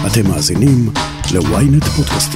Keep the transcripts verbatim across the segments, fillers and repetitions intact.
אתם מאזינים ל-ynet פודקאסטים.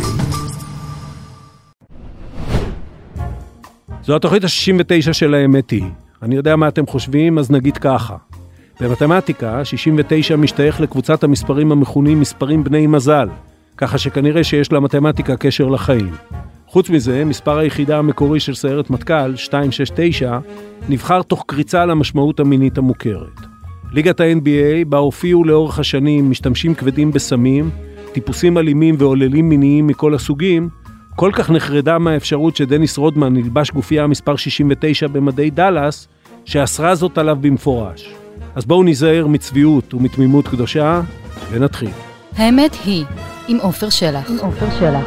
זו התוכנית ה-שישים ותשע של האמת היא. אני יודע מה אתם חושבים, אז נגיד ככה. במתמטיקה, שישים ותשע משתייך לקבוצת המספרים המכונים מספרים בני מזל, ככה שכנראה שיש למתמטיקה קשר לחיים. חוץ מזה, מספר היחידה המקורי של סיירת מטכ"ל, שתיים שש תשע, נבחר תוך קריצה למשמעות המינית המוכרת. ליגת ה-אן בי איי, בה הופיעו לאורך השנים משתמשים כבדים בסמים, טיפוסים אלימים ועוללים מיניים מכל הסוגים, כל כך נחרדה מהאפשרות שדניס רודמן נלבש גופייה מספר שישים ותשע במדי דלס, שאסרה זאת עליו במפורש. אז בואו ניזהר מצביעות ומתמימות קדושה, ונתחיל. האמת היא, עם עופר שלח. עם עופר שלח.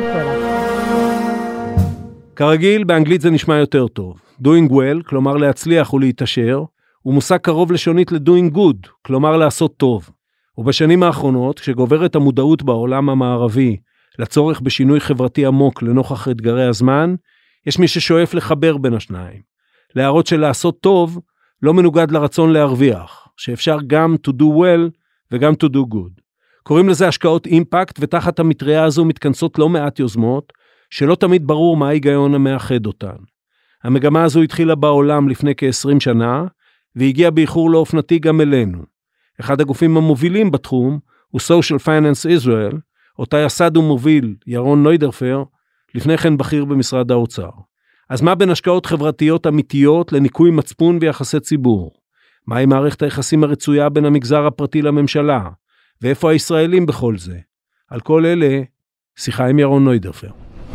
כרגיל, באנגלית זה נשמע יותר טוב. doing well, כלומר להצליח ולהתעשר, הוא מושג קרוב לשונית ל-doing good, כלומר לעשות טוב. ובשנים האחרונות, כשגוברת המודעות בעולם המערבי לצורך בשינוי חברתי עמוק לנוכח אתגרי הזמן, יש מי ששואף לחבר בין השניים. להראות שלעשות טוב לא מנוגד לרצון להרוויח, שאפשר גם to do well וגם to do good. קוראים לזה השקעות אימפקט, ותחת המטריה הזו מתכנסות לא מעט יוזמות, שלא תמיד ברור מה ההיגיון המאחד אותן. המגמה הזו התחילה בעולם לפני כ-עשרים שנה, והגיעה באיחור לא אופנתי גם אלינו. אחד הגופים המובילים בתחום הוא Social Finance Israel, אותה יסד ומוביל ירון נוידרפר, לפני כן בכיר במשרד האוצר. אז מה בין השקעות חברתיות אמיתיות לניקוי מצפון ויחסי ציבור? מהי מערכת היחסים הרצויה בין המגזר הפרטי לממשלה? ואיפה הישראלים בכל זה? על כל אלה, שיחה עם ירון נוידרפר.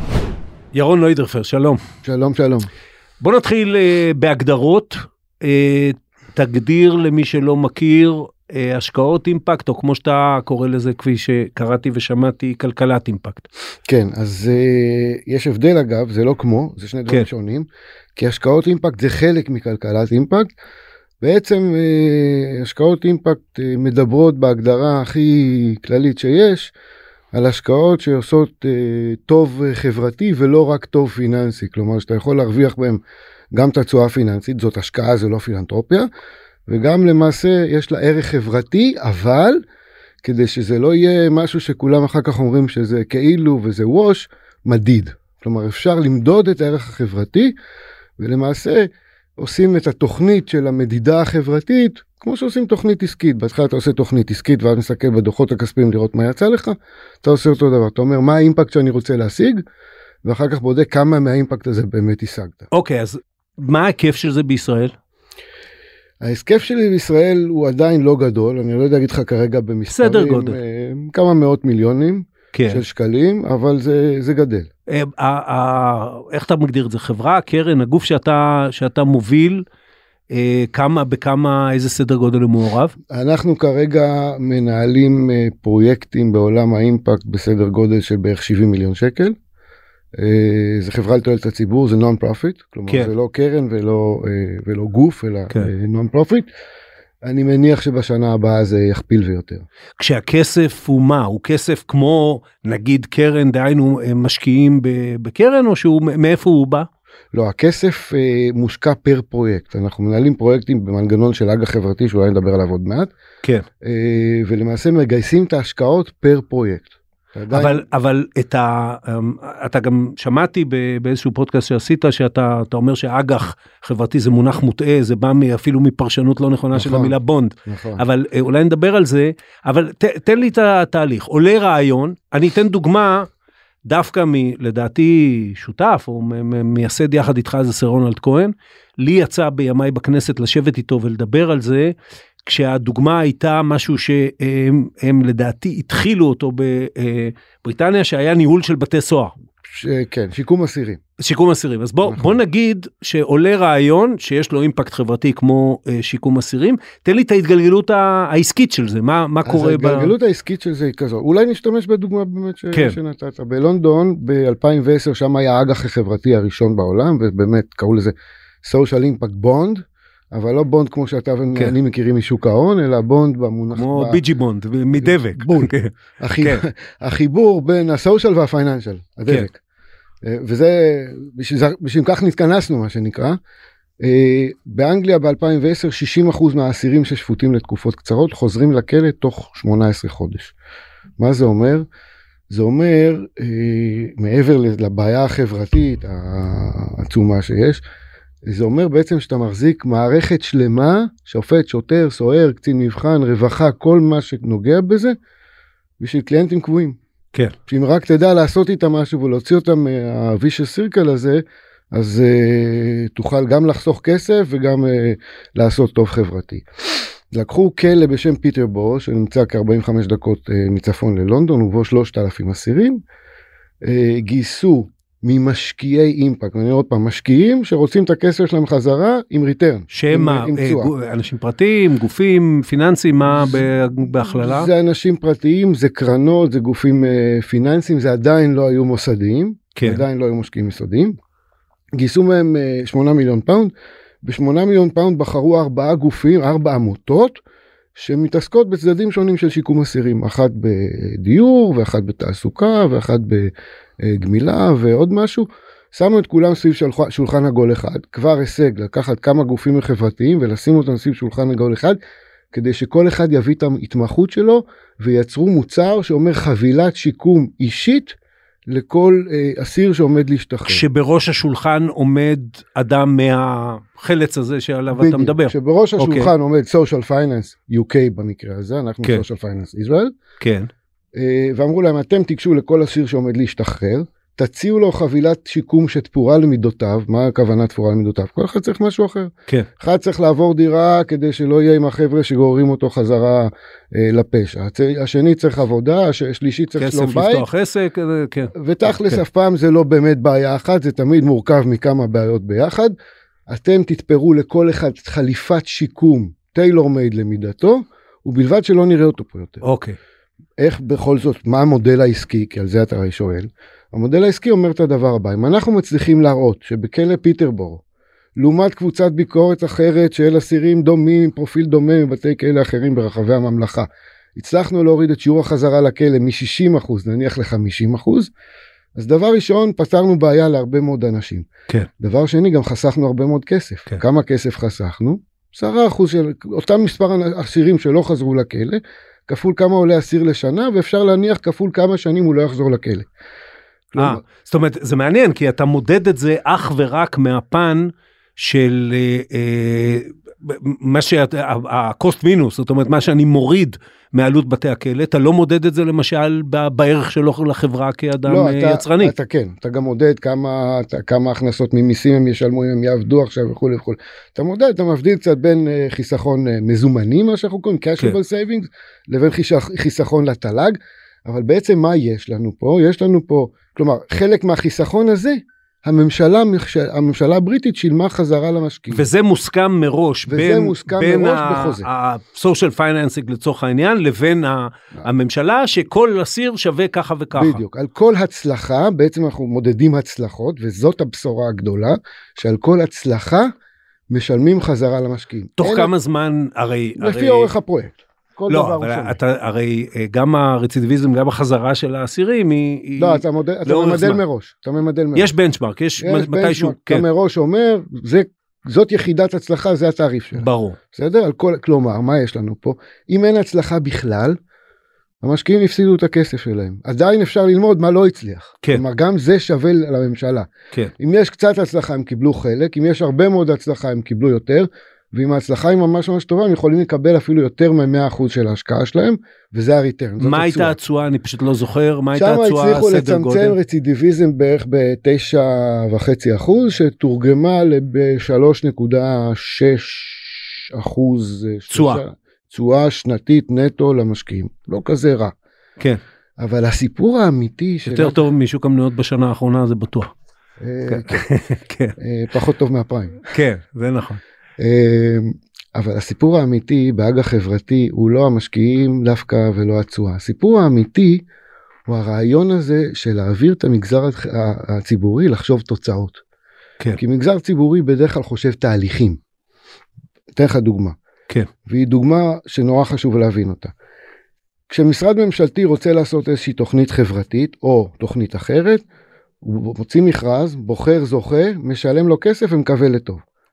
ירון נוידרפר, שלום. שלום, שלום. בוא נתחיל uh, בהגדרות, uh, תגדיר למי שלא מכיר, uh, השקעות אימפקט, או כמו שאתה קורא לזה, כפי שקראתי ושמעתי, כלכלת אימפקט. כן, אז uh, יש הבדל אגב, זה לא כמו, זה שני דברים כן. שונים, כי השקעות אימפקט זה חלק מכלכלת אימפקט, בעצם uh, השקעות אימפקט uh, מדברות בהגדרה הכי כללית שיש, על השקעות שעושות uh, טוב חברתי ולא רק טוב פיננסי, כלומר שאתה יכול להרוויח בהם גם את התשואה הפיננסית, זאת השקעה, זה לא פילנתרופיה, וגם למעשה יש לה ערך חברתי, אבל כדי שזה לא יהיה משהו שכולם אחר כך אומרים שזה כאילו וזה ווש, מדיד. כלומר אפשר למדוד את הערך החברתי, ולמעשה עושים את התוכנית של המדידה החברתית, כמו שעושים תוכנית עסקית. בהתחלה אתה עושה תוכנית עסקית, ואז מסתכל בדוחות הכספיים לראות מה יצא לך, אתה עושה אותו דבר. אתה אומר מה האימפקט שאני רוצה להשיג, ואחר כך בודק כמה מהאימפקט הזה באמת השגת. אוקיי, אז מה הכיף של זה בישראל? ההסכף שלי בישראל הוא עדיין לא גדול, אני לא יודע להגיד לך כרגע במספרים, סדר גודל. כמה מאות מיליונים כן. של שקלים, אבל זה, זה גדל. איך אתה מגדיר את זה? חברה, קרן, הגוף שאתה, שאתה מוביל, כמה, בכמה, איזה סדר גודל הוא מעורב? אנחנו כרגע מנהלים פרויקטים בעולם האימפקט בסדר גודל של בערך שבעים מיליון שקל. זה חברה לתועלת הציבור, זה נון פרופיט, כלומר כן. זה לא קרן ולא, ולא גוף, אלא כן. נון פרופיט. אני מניח שבשנה הבאה זה יכפיל ויותר. כשהכסף הוא מה? הוא כסף כמו נגיד קרן, דהיינו משקיעים בקרן, או שהוא, מאיפה הוא בא? לא, הכסף אה, מושקע פר פרויקט. אנחנו מנהלים פרויקטים במנגנון של אג"ח חברתי, שאולי נדבר עליו עוד מעט. כן. אה, ולמעשה מגייסים את ההשקעות פר פרויקט. אבל, אבל את ה, אתה גם שמעתי באיזשהו פודקאסט שעשית, שאתה אתה אומר שאג"ח חברתי זה מונח מוטעה, זה בא אפילו מפרשנות לא נכונה נכון, של המילה בונד. נכון. אבל אולי נדבר על זה, אבל ת, תן לי את התהליך. עולה רעיון, אני אתן דוגמה, דווקא מ, לדעתי שותף, או מייסד יחד איתך זה סר רונלד כהן, לי יצא בימיי בכנסת לשבת איתו ולדבר על זה, כשהדוגמה הייתה משהו שהם הם, לדעתי התחילו אותו בבריטניה, שהיה ניהול של בתי סוהר. ש, כן, שיקום אסירים. שיקום אסירים. אז בוא, נכון. בוא נגיד שעולה רעיון שיש לו אימפקט חברתי כמו אה, שיקום אסירים. תן לי את ההתגלגלות העסקית של זה. מה, מה קורה ב... אז ההתגלגלות ב... העסקית של זה היא כזו. אולי נשתמש בדוגמה באמת ש... כן. שנתת. בלונדון ב-אלפיים ועשר שם היה האג"ח החברתי הראשון בעולם, ובאמת קראו לזה Social Impact Bond, אבל לא בונד כמו שאתה ואני מכירים משוק ההון, אלא בונד במונח... כמו ביג'י בונד, מדבק. בול. החיבור בין הסושיאל והפייננשל, הדבק. וזה, בשביל כך נתכנסנו מה שנקרא. באנגליה ב-אלפיים ועשר שישים אחוז מהאסירים ששפוטים לתקופות קצרות חוזרים לכלא תוך שמונה עשרה חודש. מה זה אומר? זה אומר, אה, מעבר לבעיה החברתית העצומה שיש, זה אומר בעצם שאתה מחזיק מערכת שלמה, שופט, שוטר, סוהר, קצין מבחן, רווחה, כל מה שנוגע בזה, בשביל קליינטים קבועים. כן. שאם רק תדע לעשות איתם משהו ולהוציא אותם מהווישר סירקל הזה, אז uh, תוכל גם לחסוך כסף וגם uh, לעשות טוב חברתי. לקחו כלא בשם פיטרבורו, שנמצא כ-ארבעים וחמש דקות uh, מצפון ללונדון, ובו שלושת אלפים אסירים, uh, גייסו ממשקיעי אימפקט, ואני עוד פעם, משקיעים שרוצים את הכסף שלהם חזרה עם ריטרן. שהם אנשים פרטיים, גופים, פיננסיים, מה בהכללה? זה אנשים פרטיים, זה קרנות, זה גופים פיננסיים, זה עדיין לא היו מוסדיים, כן. עדיין לא היו משקיעים יסודיים. גייסו מהם שמונה מיליון פאונד, בשמונה מיליון פאונד בחרו ארבעה גופים, ארבע עמותות, שמתעסקות בצדדים שונים של שיקום אסירים, אחת בדיור, ואחת בתעסוקה, ואחת בגמילה, ועוד משהו. שמו את כולם סביב שולחן עגול אחד, כבר הישג לקחת כמה גופים חברתיים, ולשים אותם סביב שולחן עגול אחד, כדי שכל אחד יביא את ההתמחות שלו, ויצרו מוצר שאומר חבילת שיקום אישית, לכל אה, אסיר שעומד להשתחרר. כשבראש השולחן עומד אדם מהחלץ הזה שעליו בדיוק, אתה מדבר. כשבראש השולחן okay. עומד Social Finance יו קיי במקרה הזה, אנחנו כן. Social Finance Israel. כן. אה, ואמרו להם, אתם תיגשו לכל אסיר שעומד להשתחרר, תציעו לו חבילת שיקום שתפורה למידותיו, מה הכוונה תפורה למידותיו? כל אחד צריך משהו אחר. כן. אחד צריך לעבור דירה כדי שלא יהיה עם החבר'ה שגוררים אותו חזרה אה, לפשע. השני צריך עבודה, השלישי צריך שלום בית. כסף לפתוח עסק, כן. ותכלס כן. אף פעם זה לא באמת בעיה אחת, זה תמיד מורכב מכמה בעיות ביחד. אתם תתפרו לכל אחד חליפת שיקום, טיילור מייד למידתו, ובלבד שלא נראה אותו פה יותר. אוקיי. איך בכל זאת, מה המודל העסקי, כי על זה אתה שואל. המודל העסקי אומר את הדבר הבא, אם אנחנו מצליחים להראות שבכלא פיטרבורו, לעומת קבוצת ביקורת אחרת של אסירים דומים, עם פרופיל דומה מבתי כלא אחרים ברחבי הממלכה, הצלחנו להוריד את שיעור החזרה לכלא מ-שישים אחוז נניח ל-חמישים אחוז, אז דבר ראשון, פתרנו בעיה להרבה מאוד אנשים. כן. דבר שני, גם חסכנו הרבה מאוד כסף. כן. כמה כסף חסכנו? עשרה אחוז של אותם מספר אסירים שלא חזרו לכלא, כפול כמה עולה אסיר לשנה, ואפשר להניח כפול כמה שנים הוא לא יחזור לכלא. אה, זאת אומרת, זה מעניין, כי אתה מודד את זה אך ורק מהפן של אה, מה שה-cost minus, זאת אומרת, מה שאני מוריד מעלות בתי הכלא, אתה לא מודד את זה למשל בערך שלו לחברה כאדם לא, יצרני. אתה, אתה כן, אתה גם מודד כמה, כמה הכנסות ממיסים הם ישלמו, אם הם יעבדו עכשיו וכו' וכו'. אתה מודד, אתה מבדיל קצת בין חיסכון מזומני, מה שאנחנו קוראים, cashable כן. savings, לבין חיסכון לתל"ג, אבל בעצם מה יש לנו פה? יש לנו פה, כלומר, חלק מהחיסכון הזה, הממשלה, הממשלה הבריטית שילמה חזרה למשקיעים. וזה מוסכם מראש, וזה בין, מוסכם בין מראש ה- בחוזה. ה-social financing לצורך העניין, לבין ה- הממשלה, שכל אסיר שווה ככה וככה. בדיוק, על כל הצלחה, בעצם אנחנו מודדים הצלחות, וזאת הבשורה הגדולה, שעל כל הצלחה, משלמים חזרה למשקיעים. תוך אין... כמה זמן, הרי... לפי הרי... אורך הפרויקט. לא, אבל אתה, הרי גם הרצידיביזם, גם החזרה של האסירים היא... לא, אתה, מודל, אתה ממדל מראש. אתה ממדל מראש. יש בנצ'מרק, יש, יש מתישהו... בנצ'מרק, כן. אתה מראש אומר, זה, זאת יחידת הצלחה, זה התעריף שלה. ברור. בסדר? על כל, כלומר, מה יש לנו פה? אם אין הצלחה בכלל, המשקיעים הפסידו את הכסף שלהם. עדיין אפשר ללמוד מה לא הצליח. כן. כלומר, גם זה שווה לממשלה. כן. אם יש קצת הצלחה, הם קיבלו חלק, אם יש הרבה מאוד הצלחה, הם קיבלו יותר, ואם ההצלחה היא ממש ממש טובה, הם יכולים לקבל אפילו יותר מ-מאה אחוז של ההשקעה שלהם, וזה הריטרן. מה הייתה התשואה? אני פשוט לא זוכר. מה הייתה התשואה? שם הצליחו לצמצם רצידיביזם בערך ב-תשע וחצי אחוז, שתורגמה ב-שלוש נקודה שש אחוז תשואה. תשואה שנתית נטו למשקיעים. לא כזה רע. כן. אבל הסיפור האמיתי... יותר טוב משוק המניות בשנה האחרונה, זה בטוח. כן. פחות טוב מהפריים. כן, זה נכון. אבל הסיפור האמיתי באג"ח חברתי הוא לא המשקיעים דווקא ולא התשואה. הסיפור האמיתי הוא הרעיון הזה של להעביר את המגזר הציבורי לחשוב תוצאות. כן. כי מגזר ציבורי בדרך כלל חושב תהליכים. אתן לך דוגמה. כן. והיא דוגמה שנורא חשוב להבין אותה. כשמשרד ממשלתי רוצה לעשות איזושהי תוכנית חברתית או תוכנית אחרת, הוא מוציא מכרז, בוחר זוכה, משלם לו כסף ומקווה לטוב.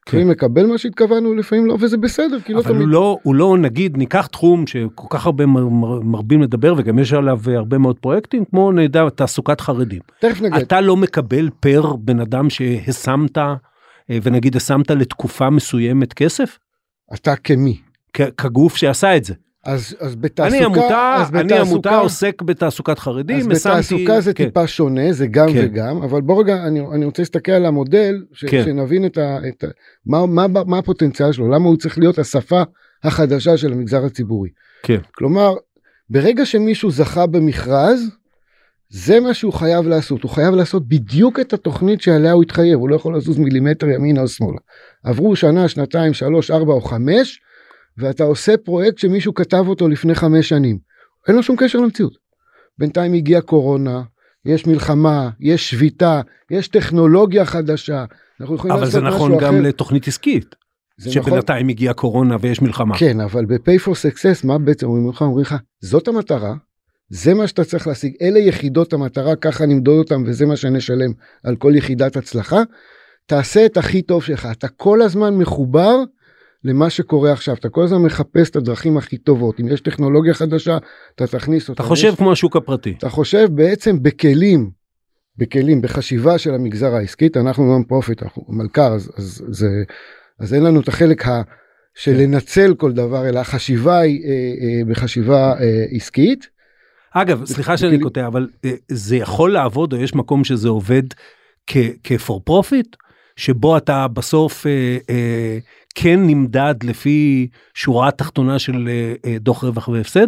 לפעמים מקבל מה שהתכוונו, לפעמים לא, וזה בסדר, כי לא אבל תמיד... הוא לא, הוא לא, נגיד, ניקח תחום שכל כך הרבה מרבים לדבר, וגם יש עליו הרבה מאוד פרויקטים, כמו נדע, תעסוקת חרדים. תכף נגיד. אתה לא מקבל פר בן אדם שהשמת, ונגיד, השמת לתקופה מסוימת כסף? אתה כמי? כגוף שעשה את זה. אז, אז בתעסוקה, אני עמותה, אז אני בתעסוקה, עמותה עוסק בתעסוקת חרדים, אז מסמתי, בתעסוקה זה כן. טיפה שונה, זה גם כן. וגם, אבל בוא רגע, אני, אני רוצה להסתכל על המודל, ש, כן. שנבין את ה, את ה, מה, מה, מה הפוטנציאל שלו, למה הוא צריך להיות השפה החדשה של המגזר הציבורי. כן. כלומר, ברגע שמישהו זכה במכרז, זה מה שהוא חייב לעשות, הוא חייב לעשות בדיוק את התוכנית שעליה הוא התחייב, הוא לא יכול לזוז מילימטר ימינה או שמאלה. עברו שנה, שנתיים, שלוש, ארבע או חמש, ואתה עושה פרויקט שמישהו כתב אותו לפני חמש שנים. אין לו שום קשר למציאות. בינתיים הגיעה קורונה, יש מלחמה, יש שביתה, יש טכנולוגיה חדשה. אבל זה נכון גם אחר. לתוכנית עסקית. שבינתיים נכון... הגיעה קורונה ויש מלחמה. כן, אבל ב-Pay for Success, מה בעצם אומרים לך? אומרים לך, זאת המטרה, זה מה שאתה צריך להשיג, אלה יחידות המטרה, ככה נמדוד אותם, וזה מה שנשלם על כל יחידת הצלחה. תעשה את הכי טוב שלך, אתה כל הזמן מחובר, למה שקורה עכשיו, אתה כל הזמן מחפש את הדרכים הכי טובות, אם יש טכנולוגיה חדשה, אתה תכניס אותה. אתה חושב יש... כמו השוק הפרטי. אתה חושב בעצם בכלים, בכלים, בחשיבה של המגזר העסקית, אנחנו לא פרופיט, אנחנו מלכ"ר, אז, אז, אז, אז אין לנו את החלק ה... של לנצל כל דבר, אלא החשיבה היא אה, אה, בחשיבה אה, עסקית. אגב, סליחה שאני קוטע, אבל אה, זה יכול לעבוד, או יש מקום שזה עובד כ-for profit, שבו אתה בסוף אה, אה, כן נמדד לפי שורה התחתונה של אה, דוח רווח והפסד?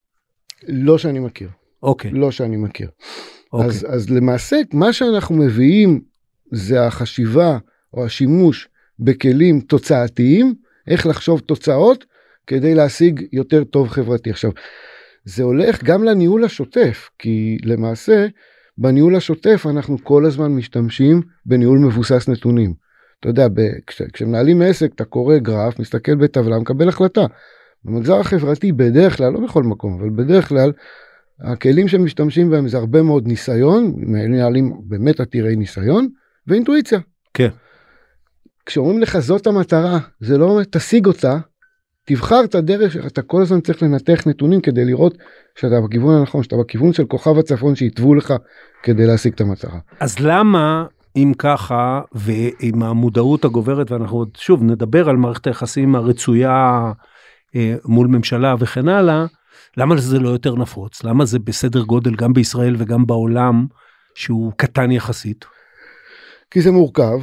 לא שאני מכיר. אוקיי. לא שאני מכיר. אוקיי. אז, אז למעשה, מה שאנחנו מביאים זה החשיבה או השימוש בכלים תוצאתיים, איך לחשוב תוצאות כדי להשיג יותר טוב חברתי. עכשיו, זה הולך גם לניהול השוטף, כי למעשה, בניהול השוטף אנחנו כל הזמן משתמשים בניהול מבוסס נתונים. אתה יודע, כש, כשמנהלים עסק, אתה קורא גרף, מסתכל בטבלה, מקבל החלטה. במגזר החברתי בדרך כלל, לא בכל מקום, אבל בדרך כלל, הכלים שמשתמשים בהם זה הרבה מאוד ניסיון, מנהלים באמת עתירי ניסיון, ואינטואיציה. כן. כשאומרים לך זאת המטרה, זה לא אומר, תשיג אותה, תבחר את הדרך, אתה כל הזמן צריך לנתח נתונים כדי לראות שאתה בכיוון הנכון, שאתה בכיוון של כוכב הצפון שיתבו לך כדי להשיג את המטרה. אז למה אם ככה, ועם המודעות הגוברת, ואנחנו עוד שוב נדבר על מערכת היחסים הרצויה אה, מול ממשלה וכן הלאה, למה זה לא יותר נפוץ? למה זה בסדר גודל גם בישראל וגם בעולם שהוא קטן יחסית? כי זה מורכב.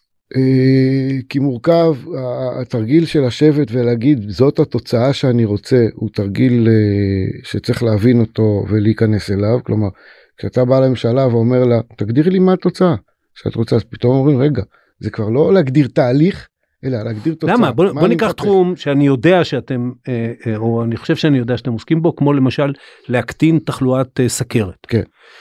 כי מורכב, התרגיל של לשבת ולהגיד זאת התוצאה שאני רוצה, הוא תרגיל שצריך להבין אותו ולהיכנס אליו. כלומר, כשאתה בא לממשלה ואומר לה, תגדיר לי מה התוצאה שאת רוצה, אז פתאום אומרים, רגע, זה כבר לא להגדיר תהליך, אלא להגדיר תוצאה. למה? בוא, בוא ניקח תחום שאני יודע שאתם, או אני חושב שאני יודע שאתם עוסקים בו, כמו למשל להקטין תחלואת סכרת. כן.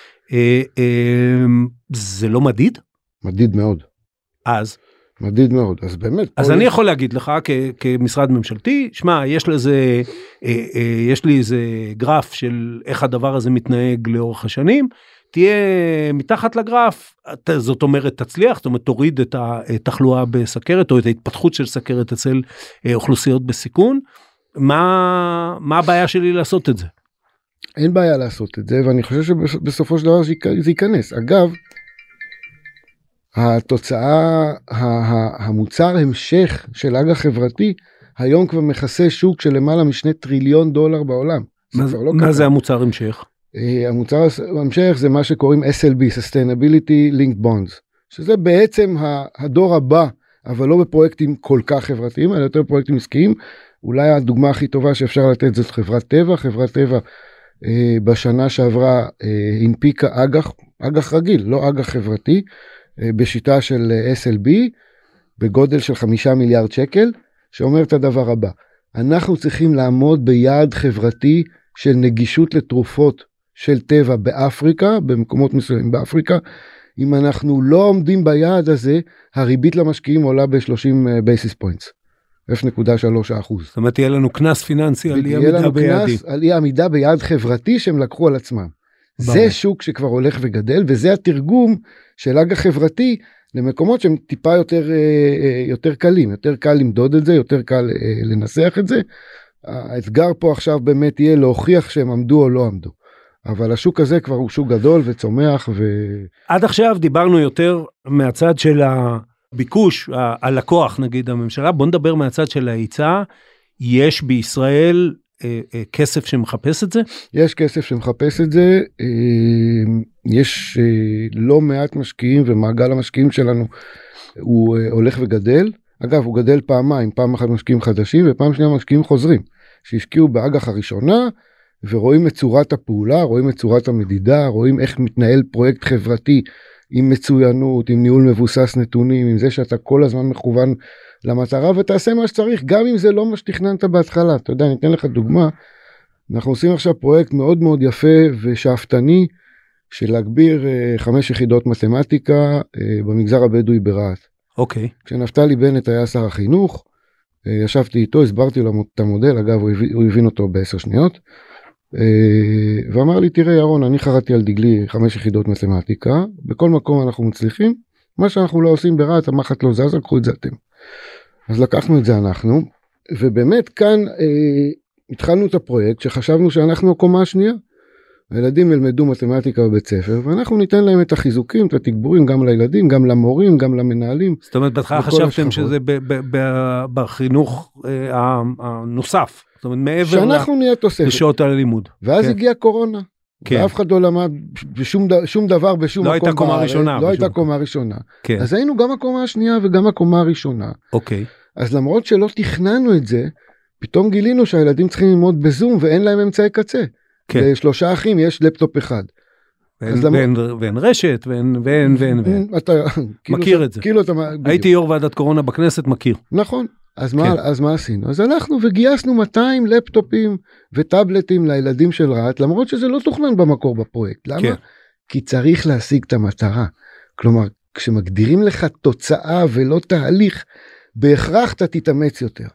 זה לא מדיד? מדיד מאוד. אז? מדיד מאוד, אז באמת. אז אני יכול להגיד לך כמשרד ממשלתי, שמע, יש לזה, יש לי איזה גרף של איך הדבר הזה מתנהג לאורך השנים, תהיה מתחת לגרף, זאת אומרת תצליח, זאת אומרת תוריד את התחלואה בסכרת, או את ההתפתחות של סכרת אצל אוכלוסיות בסיכון, מה, מה הבעיה שלי לעשות את זה? אין בעיה לעשות את זה, ואני חושב שבסופו של דבר זה ייכנס. אגב, התוצאה, המוצר המשך של אג"ח חברתי, היום כבר מכסה שוק של למעלה משני טריליון דולר בעולם. מה, זה, לא מה זה המוצר המשך? המוצר המשך זה מה שקוראים אס אל בי, Sustainability Linked Bonds, שזה בעצם הדור הבא, אבל לא בפרויקטים כל כך חברתיים, אלא יותר פרויקטים עסקיים. אולי הדוגמה הכי טובה שאפשר לתת זאת חברת טבע, חברת טבע בשנה שעברה הנפיקה אג"ח, אג"ח רגיל, לא אג"ח חברתי, בשיטה של אס אל בי, בגודל של חמישה מיליארד שקל, שאומר את הדבר הבא, אנחנו צריכים לעמוד ביעד חברתי של נגישות לתרופות של טבע באפריקה, במקומות מסוימים באפריקה. אם אנחנו לא עומדים ביעד הזה, הריבית למשקיעים עולה ב-שלושים בייסיס פוינטס, אפס נקודה שלוש אחוז. זאת אומרת, יהיה לנו כנס פיננסי על אי עמידה ביעדים. על אי עמידה ביעד חברתי שהם לקחו על עצמם. זה שוק שכבר הולך וגדל, וזה התרגום של אג"ח חברתי למקומות שהם טיפה יותר, יותר קלים, יותר קל למדוד את זה, יותר קל לנסח את זה. האתגר פה עכשיו באמת יהיה להוכיח שהם עמדו או לא עמדו. אבל השוק הזה כבר הוא שוק גדול וצומח ו... עד עכשיו דיברנו יותר מהצד של הביקוש, הלקוח נגיד הממשלה, בוא נדבר מהצד של ההיצע, יש בישראל אה, אה, כסף שמחפש את זה? יש כסף שמחפש את זה, אה, יש אה, לא מעט משקיעים ומעגל המשקיעים שלנו הוא אה, הולך וגדל, אגב הוא גדל פעמיים, פעם אחת משקיעים חדשים ופעם שנייה משקיעים חוזרים, שהשקיעו באג"ח הראשונה, ורואים את צורת הפעולה, רואים את צורת המדידה, רואים איך מתנהל פרויקט חברתי עם מצוינות, עם ניהול מבוסס נתונים, עם זה שאתה כל הזמן מכוון למטרה ותעשה מה שצריך, גם אם זה לא מה שתכננת בהתחלה. אתה יודע, ניתן לך דוגמה, אנחנו עושים עכשיו פרויקט מאוד מאוד יפה ושאפתני, של להגביר uh, חמש יחידות מתמטיקה uh, במגזר הבדואי ברהט. אוקיי. Okay. כשנפתלי בנט היה שר החינוך, uh, ישבתי איתו, הסברתי לו את המודל, אגב הוא הבין, הוא הבין אותו בעשר שניות, ואמר לי, תראה ירון, אני חרדתי על דגלי חמש יחידות מתמטיקה, בכל מקום אנחנו מצליחים, מה שאנחנו לא עושים ברהט, המחט לא זז, לקחו את זה אתם. אז לקחנו את זה אנחנו, ובאמת כאן אה, התחלנו את הפרויקט שחשבנו שאנחנו הקומה השנייה, הילדים ילמדו מתמטיקה בבית ספר, ואנחנו ניתן להם את החיזוקים, את התגבורים, גם לילדים, גם למורים, גם למנהלים. זאת אומרת, בהתחלה חשבתם שזה בחינוך הנוסף, זאת אומרת, מעבר לשעות הלימוד. ואז הגיעה קורונה, ואף אחד לא למד בשום דבר, בשום מקום. לא הייתה קומה ראשונה. לא הייתה קומה ראשונה. אז היינו גם הקומה השנייה וגם הקומה הראשונה. אוקיי. אז למרות שלא תכננו את זה, פתאום גילינו שהילדים צריכים ללמוד בזום, ואין להם אמצעי קצה. לשלושה אחים יש לפטופ אחד. ואין רשת, ואין, ואין, ואין. מכיר את זה. הייתי יו"ר ועדת קורונה בכנסת, מכיר. נכון. אז מה, אז מה עשינו? אז הלכנו וגייסנו מאתיים לפטופים וטאבלטים לילדים של רהט, למרות שזה לא תוכנן במקור בפרויקט. למה? כי צריך להשיג את המטרה. כלומר, כשמגדירים לך תוצאה ולא תהליך, בהכרח אתה תתאמץ יותר.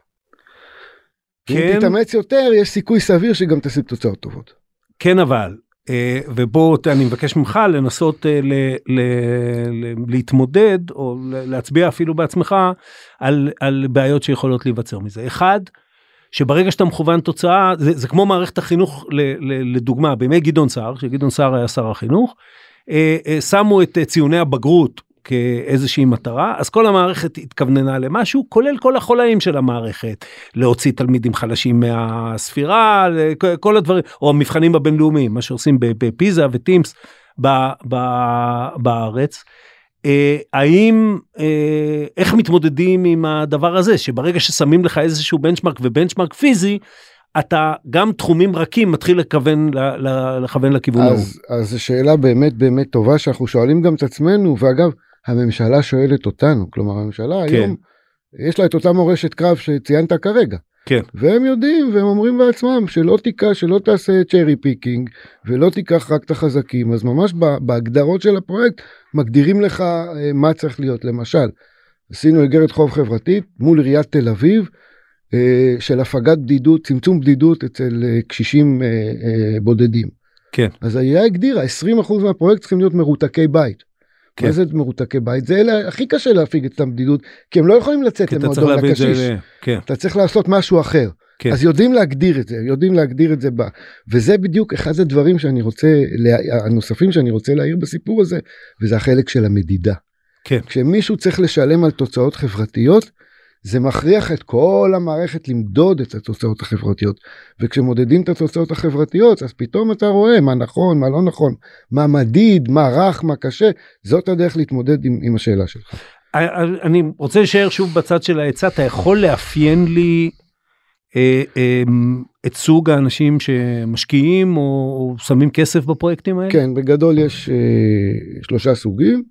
אם תתאמץ יותר, יש סיכוי סביר שגם תשיג תוצאות טובות. כן, אבל, ובוא אני מבקש ממך לנסות ל, ל, ל, להתמודד, או להצביע אפילו בעצמך, על, על בעיות שיכולות להיווצר מזה. אחד, שברגע שאתה מכוון תוצאה, זה, זה כמו מערכת החינוך, ל, ל, לדוגמה, בימי גדעון סער, שגדעון סער היה שר החינוך, שמו את ציוני הבגרות, כאיזושהי מטרה, אז כל המערכת התכווננה למשהו, כולל כל החולאים של המערכת, להוציא תלמידים חלשים מהספירה, כל הדברים, או המבחנים הבינלאומיים, מה שעושים בפיזה וטימס בארץ. האם, איך מתמודדים עם הדבר הזה, שברגע ששמים לך איזשהו בנצ'מרק ובנצ'מרק פיזי, אתה גם תחומים רכים מתחיל לכוון, לכוון לכיוון ההוא. אז, אז זו שאלה באמת באמת טובה, שאנחנו שואלים גם את עצמנו, ואגב, הממשלה שואלת אותנו, כלומר הממשלה כן. היום, יש לה את אותה מורשת קרב שציינת כרגע. כן. והם יודעים, והם אומרים בעצמם, שלא תיקח, שלא תעשה צ'רי פיקינג, ולא תיקח רק את החזקים, אז ממש בהגדרות של הפרויקט, מגדירים לך מה צריך להיות. למשל, עשינו אגרת חוב חברתית, מול עיריית תל אביב, של הפגת בדידות, צמצום בדידות אצל קשישים בודדים. כן. אז העירייה הגדירה, עשרים אחוז מהפרויקט צריכים להיות מרותקי בית. כן. מה זה מרותקי בית? זה אלה, הכי קשה להפיג את הבדידות, כי הם לא יכולים לצאת למועדון לקשיש. זה... כן. אתה צריך לעשות משהו אחר. כן. אז יודעים להגדיר את זה, יודעים להגדיר את זה בה. וזה בדיוק אחד הדברים שאני רוצה, הנוספים שאני רוצה להעיר בסיפור הזה, וזה החלק של המדידה. כן. כשמישהו צריך לשלם על תוצאות חברתיות, זה מכריח את כל המערכת למדוד את התוצאות החברתיות, וכשמודדים את התוצאות החברתיות, אז פתאום אתה רואה מה נכון, מה לא נכון, מה מדיד, מה רך, מה קשה, זאת הדרך להתמודד עם, עם השאלה שלך. אני רוצה להישאר שוב בצד של ההיצע, אתה יכול לאפיין לי אה, אה, את סוג האנשים שמשקיעים, או, או שמים כסף בפרויקטים האלה? כן, בגדול יש אה, שלושה סוגים,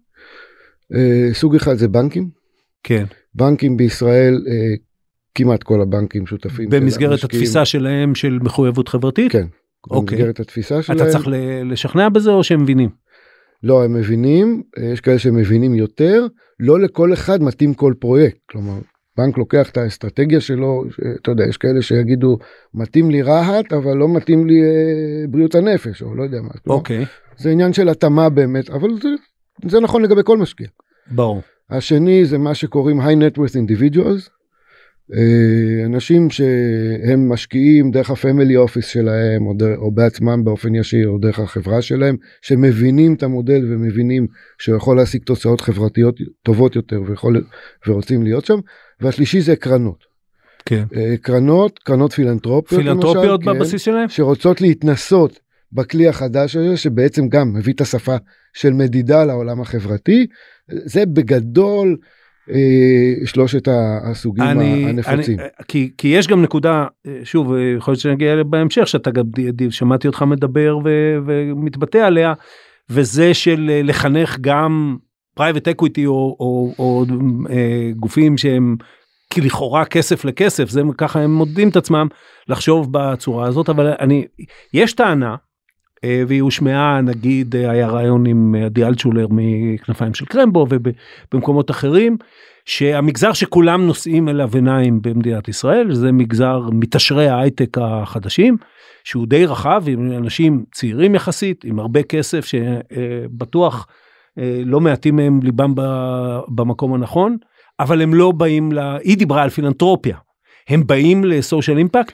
אה, סוג אחד זה בנקים, כן. בנקים בישראל, אה, כמעט כל הבנקים שותפים. במסגרת התפיסה שלהם של מחויבות חברתית? כן, אוקיי. במסגרת התפיסה שלהם. אתה צריך לשכנע בזה או שהם מבינים? לא, הם מבינים, יש כאלה שמבינים יותר, לא לכל אחד מתאים כל פרויקט, כלומר, בנק לוקח את האסטרטגיה שלו, אתה יודע, יש כאלה שיגידו, מתאים לי רהט, אבל לא מתאים לי אה, בריאות הנפש, או לא יודע מה. אוקיי. זה עניין של התאמה באמת, אבל זה, זה נכון לגבי כל משקיע. ברור. השני זה מה שקוראים high net worth individuals, אנשים שהם משקיעים דרך הפמילי אופיס שלהם, או, דרך, או בעצמם באופן ישיר, או דרך החברה שלהם, שמבינים את המודל ומבינים שהוא יכול להשיג תוצאות חברתיות טובות יותר, ויכול, ורוצים להיות שם. והשלישי זה קרנות. כן. קרנות, קרנות פילנטרופיות, פילנטרופיות למשל, בבסיס כן, שלהם? שרוצות להתנסות בכלי החדש הזה, שבעצם גם מביא את השפה של מדידה לעולם החברתי. זה בגדול שלושת הסוגים אני, הנפוצים. אני, כי, כי יש גם נקודה, שוב, יכול להיות שנגיע אליה בהמשך, שאתה גם שמעתי אותך מדבר ו, ומתבטא עליה, וזה של לחנך גם private equity או, או, או גופים שהם לכאורה כסף לכסף, זה ככה הם מודדים את עצמם לחשוב בצורה הזאת, אבל אני, יש טענה, והיא הושמעה, נגיד, היה רעיון עם עדי אלטשולר מכנפיים של קרמבו ובמקומות אחרים, שהמגזר שכולם נושאים אליו עיניים במדינת ישראל, זה מגזר מתשרי ההייטק החדשים, שהוא די רחב, עם אנשים צעירים יחסית, עם הרבה כסף, שבטוח לא מעטים מהם ליבם במקום הנכון, אבל הם לא באים, לה... היא דיברה על פילנטרופיה, הם באים לסושיאל אימפקט?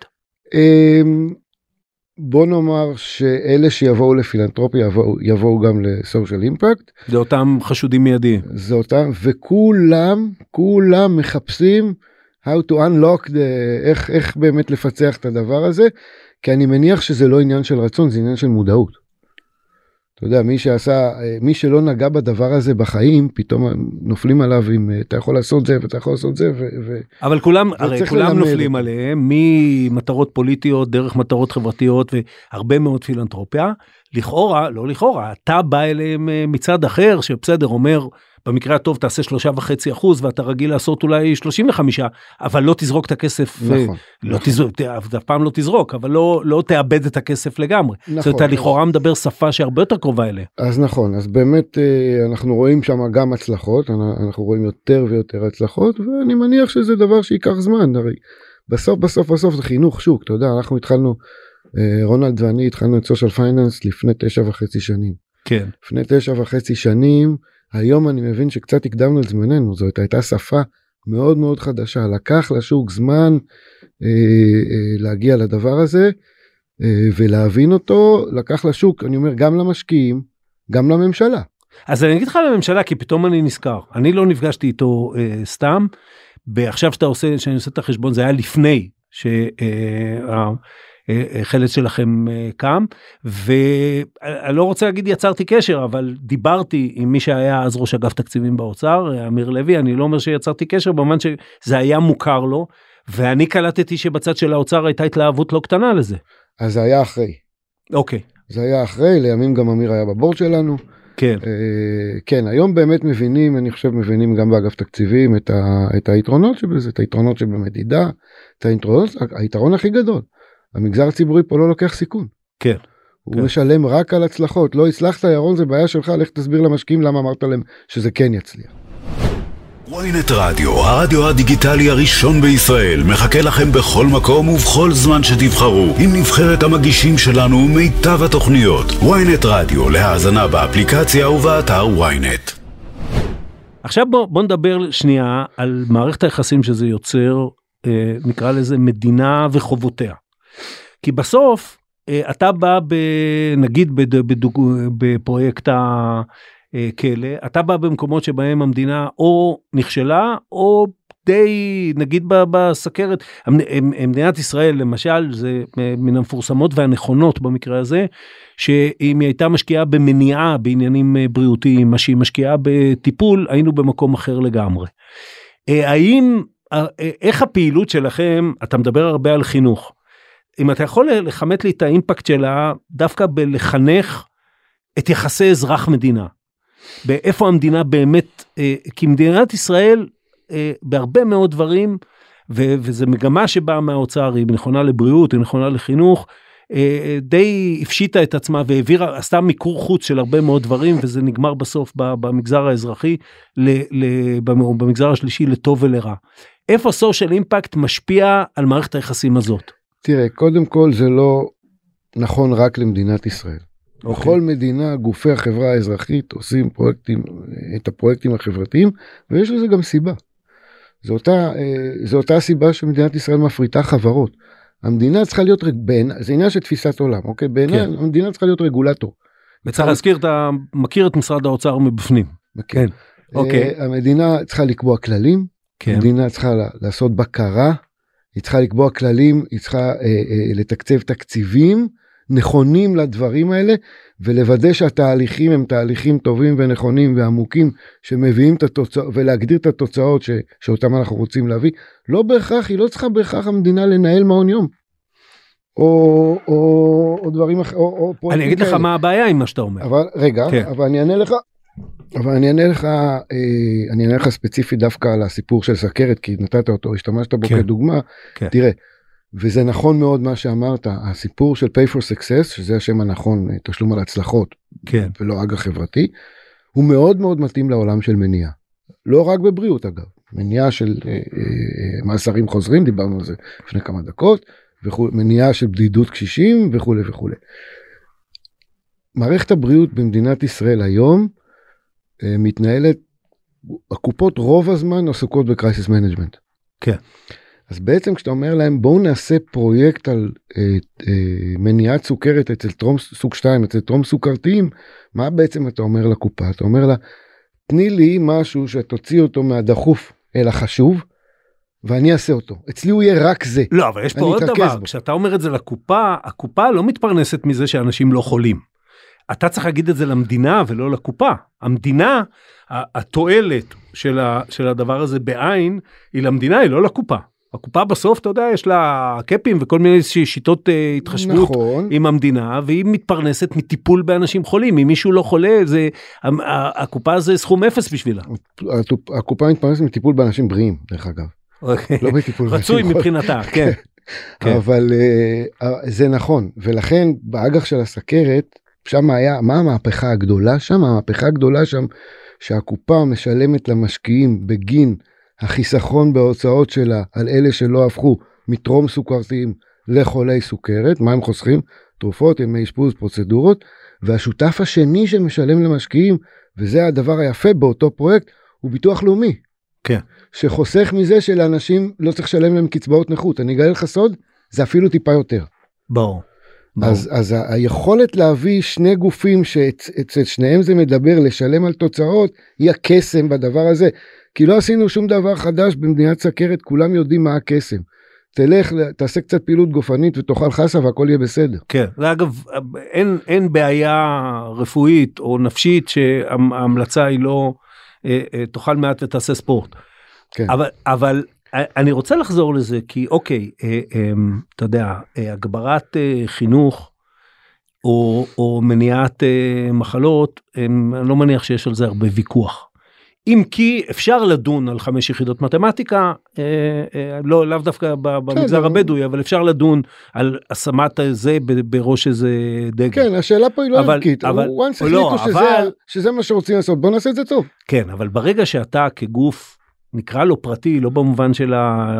בוא נאמר שאלה שיבואו לפילנטרופיה יבואו, יבואו גם לסושיאל אימפקט. זה אותם חשודים מיידיים. זה אותם, וכולם, כולם מחפשים how to unlock, the, איך, איך באמת לפצח את הדבר הזה, כי אני מניח שזה לא עניין של רצון, זה עניין של מודעות. אתה יודע, מי שעשה, מי שלא נגע בדבר הזה בחיים, פתאום נופלים עליו אם אתה יכול לעשות זה ואתה יכול לעשות זה. ו, ו... אבל כולם, הרי כולם נופלים את... עליהם, ממטרות פוליטיות, דרך מטרות חברתיות, והרבה מאוד פילנטרופיה. לכאורה, לא לכאורה, אתה בא אליהם מצד אחר, שבסדר, אומר, במקרה הטוב תעשה שלושה וחצי אחוז, ואתה רגיל לעשות אולי שלושים וחמישה, אבל לא תזרוק את הכסף, נכון, לא נכון. תזרוק, אף פעם לא תזרוק, אבל לא, לא תאבד את הכסף לגמרי. נכון. זאת אומרת, לכאורה מדבר שפה שהרבה יותר קרובה אליה. אז נכון, אז באמת אנחנו רואים שם גם הצלחות, אנחנו רואים יותר ויותר הצלחות, ואני מניח שזה דבר שיקח זמן, הרי בסוף בסוף בסוף זה חינוך שוק, אתה יודע, אנחנו התחלנו, רונלד ואני התחלנו את סושיאל פייננס לפני תשע וחצי שנים. כן. לפני תשע וחצי שנים, היום אני מבין שקצת הקדמנו את זמננו, זאת הייתה שפה מאוד מאוד חדשה, לקח לשוק זמן אה, אה, להגיע לדבר הזה, אה, ולהבין אותו, לקח לשוק, אני אומר, גם למשקיעים, גם לממשלה. אז אני אגיד לך לממשלה, כי פתאום אני נזכר, אני לא נפגשתי איתו אה, סתם, ועכשיו שאתה עושה, שאני עושה את החשבון, זה היה לפני שה... אה, חלץ שלכם קם, ואני לא רוצה להגיד יצרתי קשר, אבל דיברתי עם מי שהיה אז ראש אגף תקציבים באוצר, אמיר לוי, אני לא אומר שיצרתי קשר, במובן שזה היה מוכר לו, ואני קלטתי שבצד של האוצר הייתה התלהבות לא קטנה לזה. אז זה היה אחרי. אוקיי. זה היה אחרי, לימים גם אמיר היה בבורד שלנו. כן. כן, היום באמת מבינים, אני חושב מבינים גם באגף תקציבים את, ה, את היתרונות שבזה, את היתרונות שבמדידה, את היתרונות, היתרון הכי גדול. המגזר הציבורי פה לא לוקח סיכון. כן. הוא כן. משלם רק על הצלחות. לא הצלחת, ירון, זה בעיה שלך, לך תסביר למשקיעים למה אמרת להם שזה כן יצליח. וויינט רדיו, הרדיו הדיגיטלי הראשון בישראל, מחכה לכם בכל מקום ובכל זמן שתבחרו, עם נבחרת המגישים שלנו ומיטב התוכניות. וויינט רדיו, להאזנה באפליקציה ובאתר וויינט. עכשיו בוא, בוא נדבר שנייה על מערכת היחסים שזה יוצר, אה, נקרא לזה מדינה וחובותיה. כי בסוף, אתה בא, נגיד בפרויקט הכלא, אתה בא במקומות שבהם המדינה או נכשלה, או די, נגיד בסכרת, מדינת ישראל למשל, זה מן המפורסמות והנכונות במקרה הזה, שאם היא הייתה משקיעה במניעה בעניינים בריאותיים, מה שהיא משקיעה בטיפול, היינו במקום אחר לגמרי. האם, איך הפעילות שלכם, אתה מדבר הרבה על חינוך, אם אתה יכול לחמת לי את האימפקט שלה, דווקא בלחנך את יחסי אזרח מדינה, באיפה המדינה באמת, כי מדינת ישראל, בהרבה מאוד דברים, וזה מגמה שבאה מהאוצר, היא נכונה לבריאות, היא נכונה לחינוך, די הפשיטה את עצמה, והעבירה, עשתה מיקור חוץ של הרבה מאוד דברים, וזה נגמר בסוף במגזר האזרחי, במגזר השלישי לטוב ולרע. איפה סושיאל אימפקט משפיע על מערכת היחסים הזאת? תראה, קודם כל זה לא נכון רק למדינת ישראל. בכל מדינה, גופי החברה האזרחית עושים פרויקטים, את הפרויקטים החברתיים, ויש לזה גם סיבה. זו אותה, זו אותה סיבה שמדינת ישראל מפריטה חברות. המדינה צריכה להיות, זה עניין של תפיסת עולם, אוקיי? בעיניי, כן. המדינה צריכה להיות רגולטור. וצריך להזכיר, אתה מכיר את משרד האוצר מבפנים. כן. אוקיי. המדינה צריכה לקבוע כללים, כן. המדינה צריכה לעשות בקרה, היא צריכה לקבוע כללים, היא צריכה לתקצב תקציבים, נכונים לדברים האלה, ולוודא שהתהליכים הם תהליכים טובים ונכונים ועמוקים, שמביאים את התוצאות, ולהגדיר את התוצאות ש, שאותם אנחנו רוצים להביא. לא בהכרח, היא לא צריכה בהכרח המדינה לנהל מעון יום. או, או, או דברים אחרים, או, או אני אגיד לך מה הבעיה עם מה שאתה אומר. אבל, רגע, כן. אבל אני אענה לך, אבל אני אענה לך, אני אענה לך ספציפי דווקא על הסיפור של סכרת, כי נתת אותו, השתמשת בו כן. כדוגמה, כן. תראה, וזה נכון מאוד מה שאמרת, הסיפור של pay for success, שזה השם הנכון, תשלום על הצלחות, כן. ולא אג"ח חברתי, הוא מאוד מאוד מתאים לעולם של מניעה. לא רק בבריאות אגב, מניעה של אה, אה, מאסרים חוזרים, דיברנו על זה לפני כמה דקות, וכו, מניעה של בדידות קשישים וכו' וכו'. מערכת הבריאות במדינת ישראל היום, אה, מתנהלת, הקופות רוב הזמן עסוקות בקרייסיס מנג'מנט. כן. אז בעצם כשאתה אומר להם בואו נעשה פרויקט על אה, אה, מניעת סוכרת אצל טרום סוג שתיים, אצל טרום סוכרתיים, מה בעצם אתה אומר לקופה? אתה אומר לה, תני לי משהו שתוציא אותו מהדחוף אל החשוב, ואני אעשה אותו. אצלי הוא יהיה רק זה. לא, אבל יש פה עוד דבר, בו. כשאתה אומר את זה לקופה, הקופה לא מתפרנסת מזה שאנשים לא חולים. אתה צריך להגיד את זה למדינה ולא לקופה. המדינה, התועלת של, ה, של הדבר הזה בעין, היא למדינה, היא לא לקופה. הקופה בסוף, אתה יודע, יש לה קאפים וכל מיני שיטות uh, התחשבות נכון. עם המדינה, והיא מתפרנסת מטיפול באנשים חולים. אם מישהו לא חולה, זה, הקופה זה סכום אפס בשבילה. הקופה מתפרנסת מטיפול באנשים בריאים, דרך אגב. אוקיי. לא בטיפול באנשים חולים. רצוי מבחינתה, כן. כן. אבל uh, זה נכון, ולכן באג"ח של הסכרת, שם היה, מה המהפכה הגדולה שם? המהפכה הגדולה שם, שהקופה משלמת למשקיעים בגין החיסכון בהוצאות שלה על אלה שלא הפכו מטרום סוכרתיים לחולי סוכרת, מה הם חוסכים? תרופות, ימי אשפוז, פרוצדורות, והשותף השני שמשלם למשקיעים, וזה הדבר היפה באותו פרויקט, הוא ביטוח לאומי. כן. שחוסך מזה שלאנשים לא צריך לשלם להם קצבאות נכות. אני אגלה לך סוד, זה אפילו טיפה יותר. ברור. אז, אז היכולת להביא שני גופים שאצל שניהם זה מדבר לשלם על תוצאות, היא הקסם בדבר הזה. כי לא עשינו שום דבר חדש במדינת סכרת, כולם יודעים מה הקסם. תלך, תעשה קצת פעילות גופנית ותאכל חסה והכל יהיה בסדר. כן, ואגב, אין, אין בעיה רפואית או נפשית שההמלצה היא לא תאכל מעט ותעשה ספורט. כן. אבל, אבל אני רוצה לחזור לזה, כי אוקיי, אתה יודע, הגברת חינוך או, או מניעת מחלות, אני לא מניח שיש על זה הרבה ויכוח. אם כי אפשר לדון על חמש יחידות מתמטיקה, אה, אה, לא, לאו דווקא במגזר הבדואי, אבל אפשר לדון על השמת זה בראש איזה דגל. כן, השאלה פה היא לא ערכית, הוא החליטו לא, שזה, אבל... שזה מה שרוצים לעשות, בוא נעשה את זה טוב. כן, אבל ברגע שאתה כגוף, נקרא לו פרטי, לא במובן של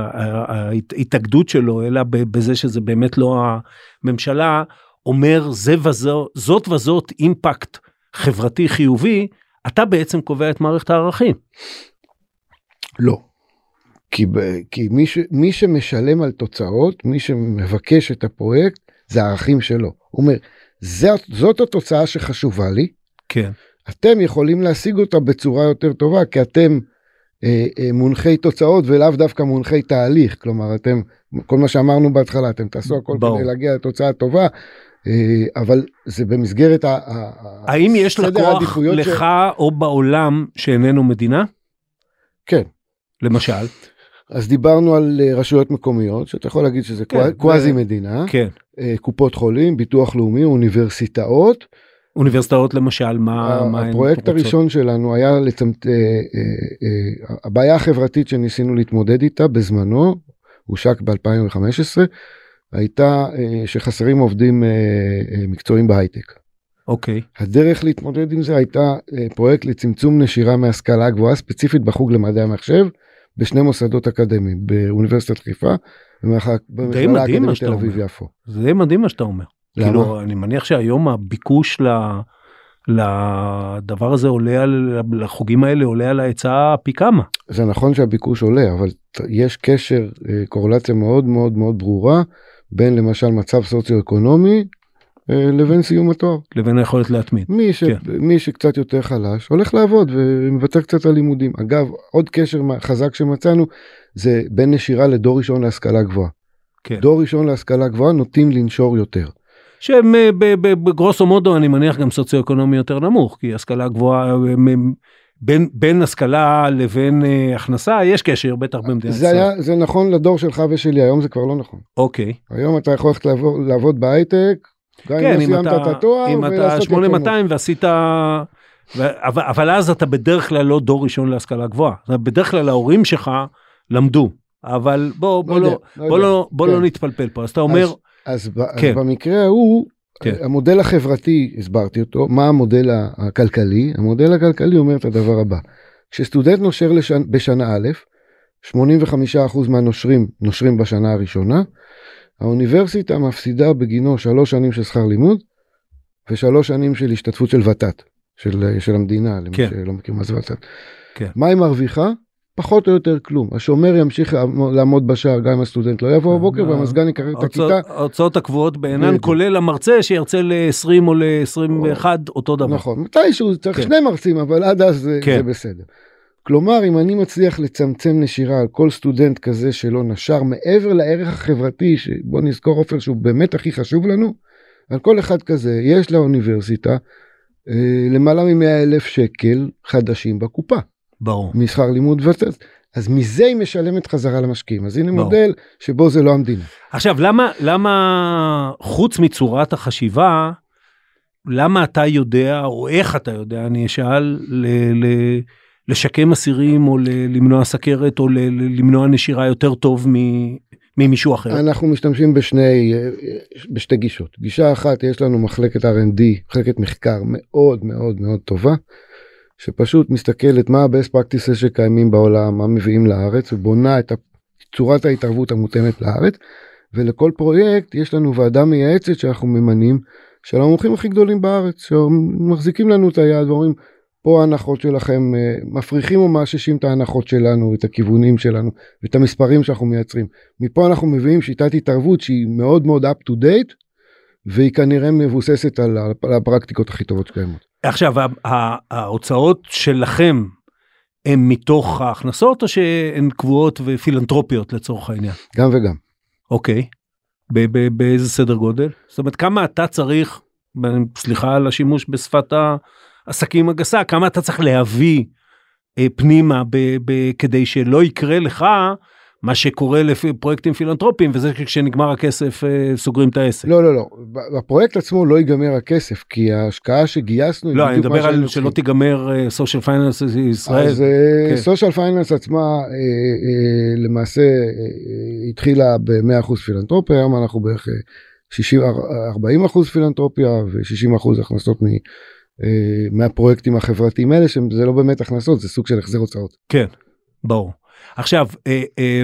ההתאגדות שלו, אלא בזה שזה באמת לא הממשלה, אומר זה וזאת, זאת וזאת אימפקט חברתי חיובי, אתה בעצם קובע את מערכת הערכים. לא. כי, כי מי, ש, מי שמשלם על תוצאות, מי שמבקש את הפרויקט, זה הערכים שלו. הוא אומר, זאת, זאת התוצאה שחשובה לי. כן. אתם יכולים להשיג אותה בצורה יותר טובה, כי אתם אה, אה, מונחי תוצאות ולאו דווקא מונחי תהליך. כלומר, אתם, כל מה שאמרנו בהתחלה, אתם תעשו הכל כדי להגיע לתוצאה טובה, אבל זה במסגרת ה... האם יש לקוח לך או בעולם שאיננו מדינה? כן. למשל? אז דיברנו על רשויות מקומיות, שאתה יכול להגיד שזה קוואזי מדינה, קופות חולים, ביטוח לאומי, אוניברסיטאות. אוניברסיטאות למשל, מה... הפרויקט הראשון שלנו היה לצמצם... הבעיה החברתית שניסינו להתמודד איתה בזמנו, הושק ב-אלפיים וחמש עשרה, הייתה שחסרים עובדים מקצועיים בהייטק. אוקיי. הדרך להתמודד עם זה הייתה פרויקט לצמצום נשירה מהשכלה הגבוהה, ספציפית בחוג למדעי המחשב, בשני מוסדות אקדמיים, באוניברסיטת חיפה, די מדהים מה שאתה אומר. זה די מדהים מה שאתה אומר. כאילו, אני מניח שהיום הביקוש לדבר הזה עולה, לחוגים האלה עולה על ההצעה פי כמה. זה נכון שהביקוש עולה, אבל יש קשר, קורלציה מאוד מאוד מאוד ברורה, בין למשל מצב סוציו-אקונומי, לבין סיום התואר. לבין היכולת להתמיד. מי, ש... כן. מי שקצת יותר חלש, הולך לעבוד ומוותר קצת על לימודים. אגב, עוד קשר חזק שמצאנו, זה בין נשירה לדור ראשון להשכלה גבוהה. כן. דור ראשון להשכלה גבוהה נוטים לנשור יותר. שהם בגרוסו מודו, אני מניח גם סוציו-אקונומי יותר נמוך, כי השכלה גבוהה, בין, בין השכלה לבין uh, הכנסה, יש קשר בטח במדינת זה, היה, זה נכון לדור שלך ושלי, היום זה כבר לא נכון. אוקיי. היום אתה יכול לעבוד, לעבוד בהייטק, גם כן, אם סיימת את התואר, אם אתה שמונה מאתיים ועשית, ו... אבל, אבל אז אתה בדרך כלל לא דור ראשון להשכלה גבוהה, בדרך כלל ההורים שלך למדו, אבל בוא, בוא, לא, לא, בוא, לא, בוא כן. לא נתפלפל פה, אז אתה אומר... אז, אז, כן. אז במקרה ההוא, כן. המודל החברתי, הסברתי אותו, מה המודל הכלכלי? המודל הכלכלי אומר את הדבר הבא, כשסטודנט נושר לשנ... בשנה א', שמונים וחמישה אחוז מהנושרים נושרים בשנה הראשונה, האוניברסיטה מפסידה בגינו שלוש שנים של שכר לימוד, ושלוש שנים של השתתפות של ות"ת, של, של המדינה, למי כן. שלא מכיר מה זה ות"ת. כן. מה היא מרוויחה? פחות או יותר כלום. השומר ימשיך לעמוד בשער, גם אם הסטודנט לא יבוא בבוקר, והמזגן יקרר את הכיתה. ההוצאות הקבועות בעינן, כולל המרצה שירצה ל-עשרים או ל-עשרים ואחת, אותו דבר. נכון, מתישהו צריך שני מרצים, אבל עד אז זה בסדר. כלומר, אם אני מצליח לצמצם נשירה על כל סטודנט כזה שלא נשר, מעבר לערך החברתי, שבוא נזכור עופר שהוא באמת הכי חשוב לנו, על כל אחד כזה יש לאוניברסיטה למעלה מ-מאה אלף שקל חדשים בקופה. ברור. משכר לימוד ות"ת. אז מזה היא משלמת חזרה למשקיעים. אז הנה ברור. מודל שבו זה לא המדינה. עכשיו, למה, למה חוץ מצורת החשיבה, למה אתה יודע, או איך אתה יודע, אני אשאל, ל- ל- לשקם אסירים, או ל- למנוע סכרת, או ל- למנוע נשירה יותר טוב ממישהו אחר? אנחנו משתמשים בשני, בשתי גישות. גישה אחת, יש לנו מחלקת אר אנד די, מחלקת מחקר מאוד מאוד מאוד טובה, שפשוט מסתכלת מה ה-best practices שקיימים בעולם, מה מביאים לארץ, ובונה את צורת ההתערבות המותאמת לארץ, ולכל פרויקט יש לנו ועדה מייעצת שאנחנו ממנים, של המומחים הכי גדולים בארץ, שמחזיקים לנו את היד ואומרים, פה ההנחות שלכם מפריחים או מאששים את ההנחות שלנו, את הכיוונים שלנו, ואת המספרים שאנחנו מייצרים. מפה אנחנו מביאים שיטת התערבות שהיא מאוד מאוד up to date, והיא כנראה מבוססת על הפרקטיקות הכי טובות שקיימות. עכשיו, ההוצאות שלכם הן מתוך ההכנסות, או שהן קבועות ופילנטרופיות לצורך העניין? גם וגם. אוקיי. באיזה סדר גודל? זאת אומרת, כמה אתה צריך, סליחה על השימוש בשפת העסקים הגסה, כמה אתה צריך להביא פנימה כדי שלא יקרה לך מה שקורה לפי פרויקטים פילנטרופיים, וזה כשנגמר הכסף סוגרים את העסק. לא, לא, לא. בפרויקט עצמו לא ייגמר הכסף, כי ההשקעה שגייסנו... לא, אני מדבר על שלא תיגמר סושיאל פייננס ישראל. אז סושיאל פייננס עצמה למעשה התחילה ב-מאה אחוז פילנטרופיה, היום אנחנו בערך ארבעים אחוז פילנטרופיה, ו-שישים אחוז הכנסות מהפרויקטים החברתיים האלה, שזה לא באמת הכנסות, זה סוג של החזר הוצאות. כן, ברור. עכשיו, אה, אה,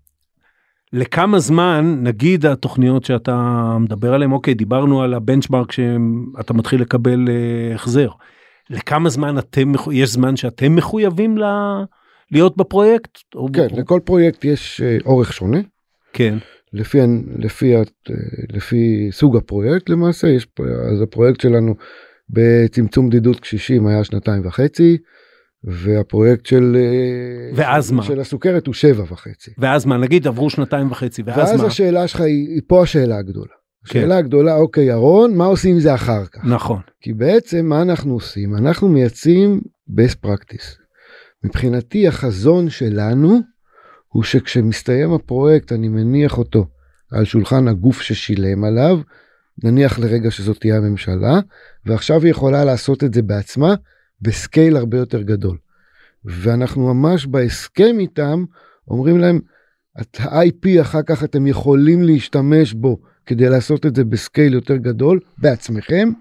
לכמה זמן, נגיד התוכניות שאתה מדבר עליהן, אוקיי, דיברנו על הבנצ'מרק שאתה מתחיל לקבל אה, החזר. לכמה זמן אתם, יש זמן שאתם מחויבים ל, להיות בפרויקט? כן, או... לכל פרויקט יש אה, אורך שונה. כן. לפי, לפי, לפי סוג הפרויקט למעשה, יש, אז הפרויקט שלנו בצמצום בדידות קשישים היה שנתיים וחצי, והפרויקט של, ואז מה? של הסוכרת הוא שבע וחצי. ואז מה? נגיד עברו שנתיים וחצי, ואז, ואז מה? ואז השאלה שלך היא, היא פה השאלה הגדולה. השאלה כן. הגדולה, אוקיי, ירון, מה עושים עם זה אחר כך? נכון. כי בעצם מה אנחנו עושים? אנחנו מייצאים best practice. מבחינתי החזון שלנו, הוא שכשמסתיים הפרויקט, אני מניח אותו על שולחן הגוף ששילם עליו, נניח לרגע שזאת תהיה הממשלה, ועכשיו היא יכולה לעשות את זה בעצמה, בסקייל הרבה יותר גדול. ואנחנו ממש בהסכם איתם, אומרים להם, את ה-איי פי אחר כך אתם יכולים להשתמש בו, כדי לעשות את זה בסקייל יותר גדול, בעצמכם,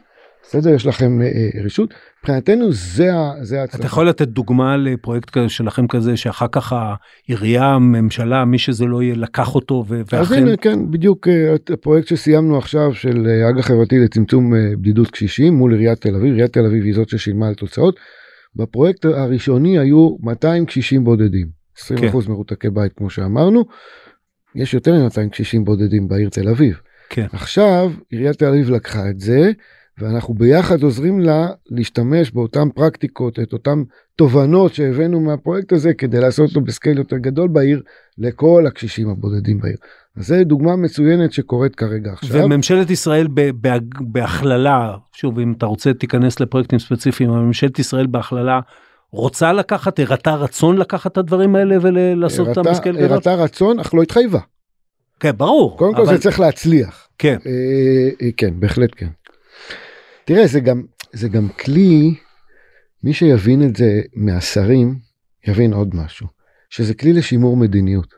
בסדר, יש לכם רשות, מבחינתנו זה ההצלחה. אתה יכול לתת דוגמה לפרויקט שלכם כזה, שאחר כך העירייה, הממשלה, מי שזה לא יהיה, לקח אותו ואכן... אז הנה, כן, בדיוק הפרויקט שסיימנו עכשיו, של אג"ח חברתי לצמצום בדידות קשישים, מול עיריית תל אביב, עיריית תל אביב היא זאת ששילמה על תוצאות, בפרויקט הראשוני היו מאתיים קשישים בודדים, עשרים אחוז כן. מרותקי בית כמו שאמרנו, יש יותר מ-מאתיים קשישים בודדים בעיר תל אביב. כן. עכשיו עיריית תל אביב לקחה את זה, ואנחנו ביחד עוזרים לה להשתמש באותן פרקטיקות, את אותן תובנות שהבאנו מהפרויקט הזה, כדי לעשות אותו בסקייל יותר גדול בעיר, לכל הקשישים הבודדים בעיר. אז זו דוגמה מצוינת שקורית כרגע עכשיו. וממשלת ישראל בהכללה, שוב, אם אתה רוצה תיכנס לפרויקטים ספציפיים, ממשלת ישראל בהכללה, רוצה לקחת, הראתה רצון לקחת את הדברים האלה ולעשות אותם בסקייל גדול? הראתה רצון, אך לא התחייבה. כן, ברור. קודם כל זה צריך להצליח. כן. כן, בהחלט כן. תראה, זה גם, זה גם כלי, מי שיבין את זה מהשרים, יבין עוד משהו, שזה כלי לשימור מדיניות.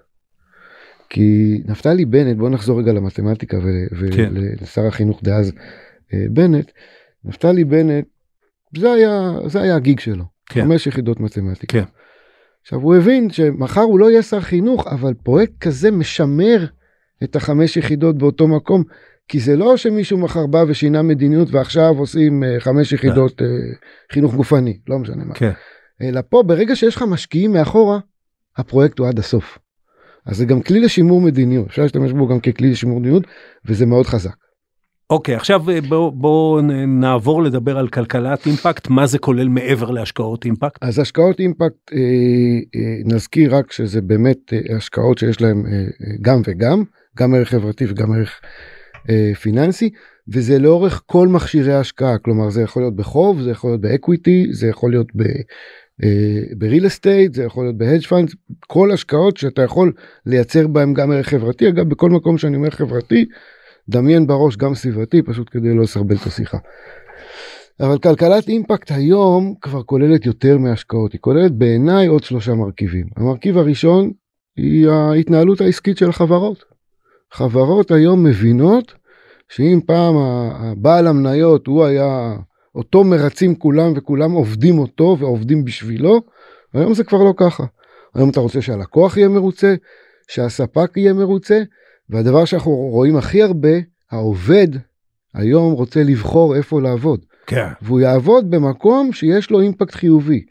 כי נפתלי בנט, בוא נחזור רגע למתמטיקה ולשר כן. החינוך דאז בנט, נפתלי בנט, זה היה, זה היה הגיג שלו, כן. חמש יחידות מתמטיקה. כן. עכשיו הוא הבין שמחר הוא לא יהיה שר חינוך, אבל פרויקט כזה משמר את החמש יחידות באותו מקום, כי זה לא שמישהו מחר בא ושינה מדיניות, ועכשיו עושים חמש יחידות חינוך גופני, לא משנה מה. אלא פה, ברגע שיש לך משקיעים מאחורה, הפרויקט הוא עד הסוף. אז זה גם כלי לשימור מדיניות, אפשר להשתמש בו גם ככלי לשימור מדיניות, וזה מאוד חזק. אוקיי, עכשיו בואו נעבור לדבר על כלכלת אימפקט, מה זה כולל מעבר להשקעות אימפקט? אז השקעות אימפקט, נזכיר רק שזה באמת השקעות שיש להם גם וגם, גם ערך חברתי וגם ערך פיננסי, וזה לאורך כל מכשירי ההשקעה, כלומר זה יכול להיות בחוב, זה יכול להיות באקוויטי, זה יכול להיות בריל אסטייט, זה יכול להיות בהדג' פאנד, כל השקעות שאתה יכול לייצר בהם גם ערך חברתי, אגב בכל מקום שאני אומר חברתי, דמיין בראש גם סביבתי, פשוט כדי לא לסרבל את השיחה. אבל כלכלת אימפקט היום כבר כוללת יותר מהשקעות, היא כוללת בעיניי עוד שלושה מרכיבים. המרכיב הראשון היא ההתנהלות העסקית של החברות. חברות היום מבינות שאם פעם הבעל המניות הוא היה אותו מרצים כולם וכולם עובדים אותו ועובדים בשבילו, היום זה כבר לא ככה. היום אתה רוצה שהלקוח יהיה מרוצה, שהספק יהיה מרוצה, והדבר שאנחנו רואים הכי הרבה, העובד היום רוצה לבחור איפה לעבוד. כן. והוא יעבוד במקום שיש לו אימפקט חיובי.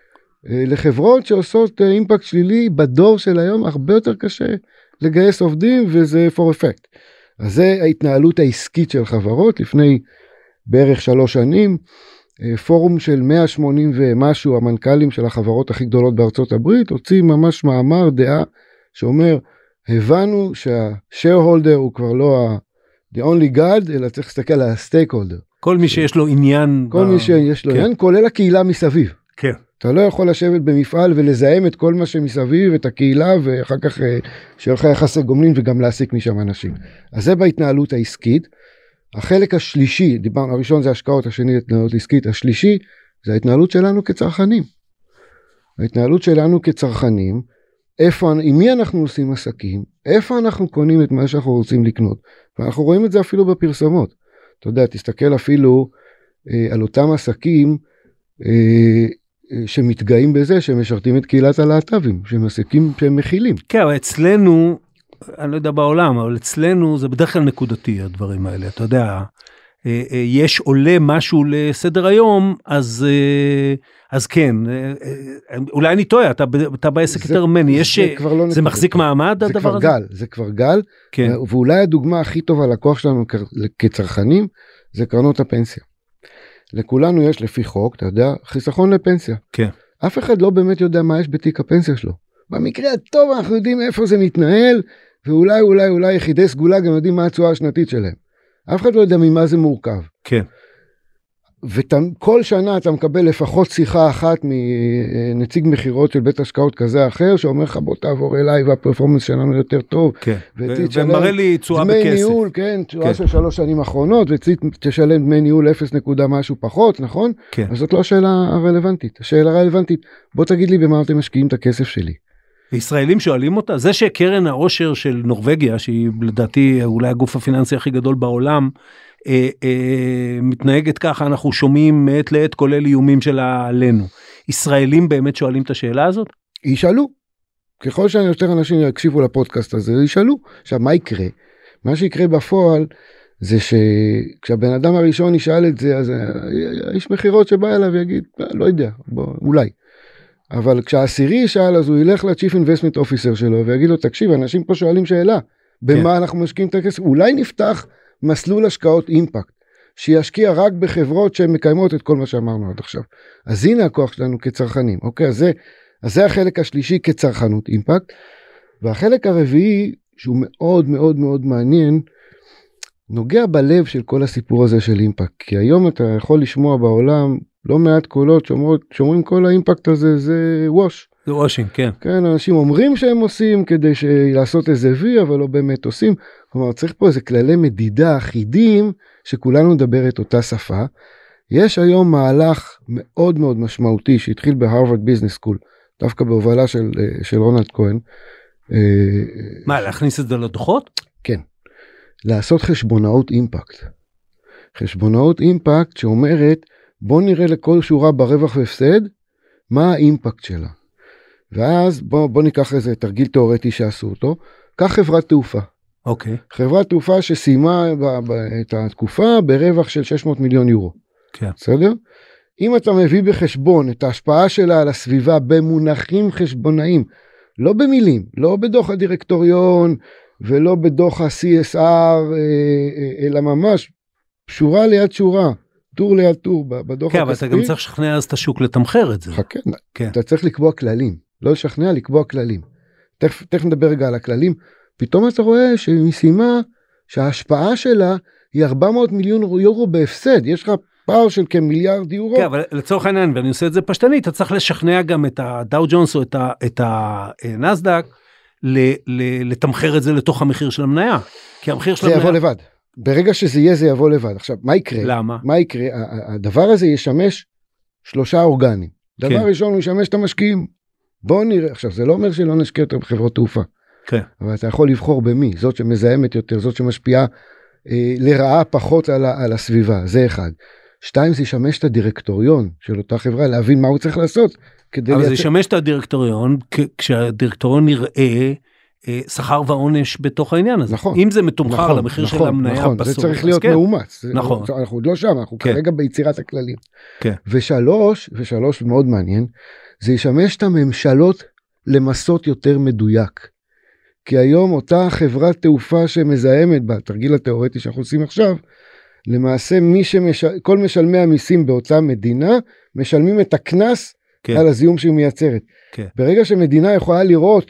לחברות שעושות אימפקט שלילי בדור של היום הרבה יותר קשה לגייס עובדים, וזה for effect. אז זה ההתנהלות העסקית של חברות. לפני בערך שלוש שנים, פורום של מאה ושמונים ומשהו המנכ"לים של החברות הכי גדולות בארצות הברית, הוציא ממש מאמר דעה שאומר, הבנו שה-shareholder הוא כבר לא ה-the only god, אלא צריך להסתכל על ה-stakeholder. כל מי שיש לו עניין. כל מי שיש לו עניין, כולל הקהילה מסביב. כן. אתה לא יכול לשבת במפעל ולזהם את כל מה שמסביב, את הקהילה, ואחר כך שיהיה לך יחסי גומלין וגם להעסיק משם אנשים. אז זה בהתנהלות העסקית. החלק השלישי, דיברנו, הראשון זה השקעות, השני זה התנהלות עסקית, השלישי זה ההתנהלות שלנו כצרכנים. ההתנהלות שלנו כצרכנים, איפה, עם מי אנחנו עושים עסקים, איפה אנחנו קונים את מה שאנחנו רוצים לקנות, ואנחנו רואים את זה אפילו בפרסומות. אתה יודע, תסתכל אפילו אה, על אותם עסקים אה, אה, שמתגאים בזה, שמשרתים את קהילת הלהט"בים, שהם עסקים שהם מכילים. כן, אבל אצלנו, אני לא יודע בעולם, אבל אצלנו זה בדרך כלל נקודתי הדברים האלה, אתה יודע, אה, אה, יש עולה משהו לסדר היום, אז... אה, אז כן, אולי אני טועה, אתה, אתה בעסק יותר ממני, יש, זה, לא זה מחזיק מעמד זה הדבר כבר הזה? גל, זה כבר גל, כן. ואולי הדוגמה הכי טובה לקוח שלנו כצרכנים, זה קרנות הפנסיה. לכולנו יש לפי חוק, אתה יודע, חיסכון לפנסיה. כן. אף אחד לא באמת יודע מה יש בתיק הפנסיה שלו. במקרה הטוב אנחנו יודעים איפה זה מתנהל, ואולי אולי אולי יחידי סגולה גם יודעים מה התשואה השנתית שלהם. אף אחד לא יודע ממה זה מורכב. כן. וכל שנה אתה מקבל לפחות שיחה אחת מנציג מחירות של בית השקעות כזה או אחר, שאומר לך בוא תעבור אליי והפרפורמנס שלנו יותר טוב. כן, ומראה לי תשואה בכסף. דמי ניהול, כן, תשואה של שלוש שנים האחרונות, ותשלם דמי ניהול אפס נקודה משהו פחות, נכון? כן. אז זאת לא השאלה הרלוונטית. השאלה הרלוונטית, בוא תגיד לי במה אתם משקיעים את הכסף שלי. ישראלים שואלים אותה, זה שקרן העושר של נורווגיה, שהיא לדעתי אולי הגוף הפיננסי הכי גדול בעולם, אה, אה, מתנהגת ככה, אנחנו שומעים מעת לעת, כולל איומים שלה עלינו. ישראלים באמת שואלים את השאלה הזאת? ישאלו. ככל שיותר אנשים יקשיבו לפודקאסט הזה, ישאלו. עכשיו, מה יקרה? מה שיקרה בפועל, זה שכשהבן אדם הראשון ישאל את זה, אז יש מחירות שבא אליו ויגיד, לא יודע, בוא, אולי. אבל כשהעשירי ישאל, אז הוא ילך ל-Chief Investment Officer שלו, ויגיד לו, תקשיב, אנשים פה שואלים שאלה, במה כן. אנחנו משקיעים את הכסף? אולי נפתח מסלול השקעות אימפקט, שישקיע רק בחברות שהן מקיימות את כל מה שאמרנו עד עכשיו. אז הנה הכוח שלנו כצרכנים, אוקיי? אז זה, אז זה החלק השלישי כצרכנות אימפקט, והחלק הרביעי, שהוא מאוד מאוד מאוד מעניין, נוגע בלב של כל הסיפור הזה של אימפקט, כי היום אתה יכול לשמוע בעולם לא מעט קולות שאומרות, שאומרים כל האימפקט הזה זה ווש. זה וושינג, כן. כן, אנשים אומרים שהם עושים כדי לעשות איזה וי, אבל לא באמת עושים. כלומר, צריך פה איזה כללי מדידה אחידים, שכולנו נדבר את אותה שפה. יש היום מהלך מאוד מאוד משמעותי, שהתחיל בהרווארד ביזנס סקול, דווקא בהובלה של, של רונלד כהן. מה, להכניס את זה לדוחות? כן. לעשות חשבונאות אימפקט. חשבונאות אימפקט שאומרת, בוא נראה לכל שורה ברווח והפסד, מה האימפקט שלה. ואז בוא, בוא ניקח איזה תרגיל תיאורטי שעשו אותו, קח חברת תעופה. אוקיי. Okay. חברת תעופה שסיימה ב- ב- את התקופה ברווח של שש מאות מיליון יורו. כן. Okay. בסדר? אם אתה מביא בחשבון את ההשפעה שלה על הסביבה במונחים חשבונאים, לא במילים, לא בדוח הדירקטוריון, ולא בדוח ה-סי אס אר, אלא ממש שורה ליד שורה, טור ליד טור, בדוח הכספי. כן, אבל אתה גם צריך לשכנע אז את השוק לתמחר את זה. חכה, כן. אתה צריך לקבוע כללים, לא לשכנע, לקבוע כללים. תכף, תכף נדבר רגע על הכללים, פתאום אתה רואה שהיא סיימה, שההשפעה שלה היא ארבע מאות מיליון יורו בהפסד, יש לך פער של כמיליארד יורו. כן, אבל לצורך העניין, ואני עושה את זה פשטני, אתה צריך לשכנע גם את הדאו ג'ונס או את הנסדק, לתמחר את זה לתוך המחיר של המניה. כי המחיר של המניה... זה יבוא לבד. ברגע שזה יהיה, זה יבוא לבד. עכשיו, מה יקרה? למה? מה יקרה? הדבר הזה ישמש שלושה אורגנים. דבר ראשון, הוא ישמש את המשקיעים. בואו נראה. עכשיו, זה לא אומר שלא נשקיע יותר בחברות תעופה. כן. אבל אתה יכול לבחור במי. זאת שמזהמת יותר, זאת שמשפיעה אה, לרעה פחות על, על הסביבה. זה אחד. שתיים, זה ישמש את הדירקטוריון של אותה חברה, להבין מה הוא צריך לעשות. אבל לייצר... זה ישמש את הדירקטוריון, כשהדירקטוריון יראה שכר ועונש בתוך העניין הזה. נכון. אם זה מתומחר נכון, למחיר נכון, של המניה נכון, בסוף. זה צריך להיות כן. מאומץ. נכון. אנחנו עוד לא שם, אנחנו כן. כרגע ביצירת הכללים. כן. ושלוש, ושלוש מאוד מעניין, זה ישמש את הממשלות למסות יותר מדויק. כי היום אותה חברת תעופה שמזהמת בתרגיל התיאורטי שאנחנו עושים עכשיו, למעשה מי שמשל... כל משלמי המיסים באותה מדינה, משלמים את הכנס כן. על הזיהום שהיא מייצרת. כן. ברגע שמדינה יכולה לראות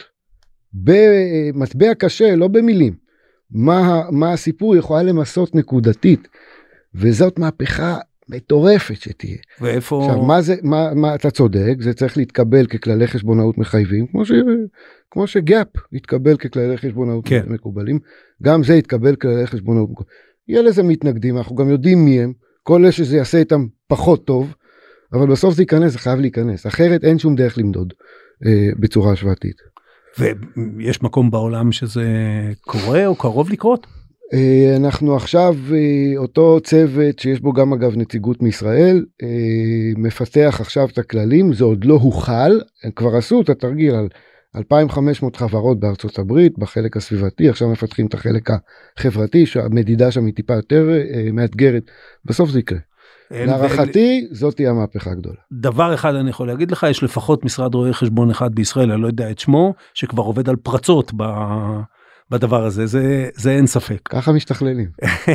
במטבע קשה, לא במילים, מה, מה הסיפור יכולה למסות נקודתית, וזאת מהפכה מטורפת שתהיה. ואיפה... עכשיו, מה זה, מה, מה אתה צודק, זה צריך להתקבל ככללי חשבונאות מחייבים, כמו ש, כמו שגאפ יתקבל ככללי חשבונאות כן. מקובלים, גם זה יתקבל ככללי חשבונאות מקובלים. יהיה לזה מתנגדים, אנחנו גם יודעים מי הם, כל אלה שזה יעשה איתם פחות טוב, אבל בסוף זה ייכנס, זה חייב להיכנס, אחרת אין שום דרך למדוד אה, בצורה השוואתית. ויש מקום בעולם שזה קורה או קרוב לקרות? אה, אנחנו עכשיו, אה, אותו צוות שיש בו גם אגב נציגות מישראל, אה, מפתח עכשיו את הכללים, זה עוד לא הוחל, הם כבר עשו את התרגיל על אלפיים וחמש מאות חברות בארצות הברית, בחלק הסביבתי, עכשיו מפתחים את החלק החברתי, שהמדידה שם היא טיפה יותר אה, מאתגרת, בסוף זה יקרה. להערכתי, זאת תהיה המהפכה הגדולה. דבר אחד אני יכול להגיד לך, יש לפחות משרד רואי חשבון אחד בישראל, אני לא יודע את שמו, שכבר עובד על פרצות בדבר הזה, זה, זה אין ספק. ככה משתכללים.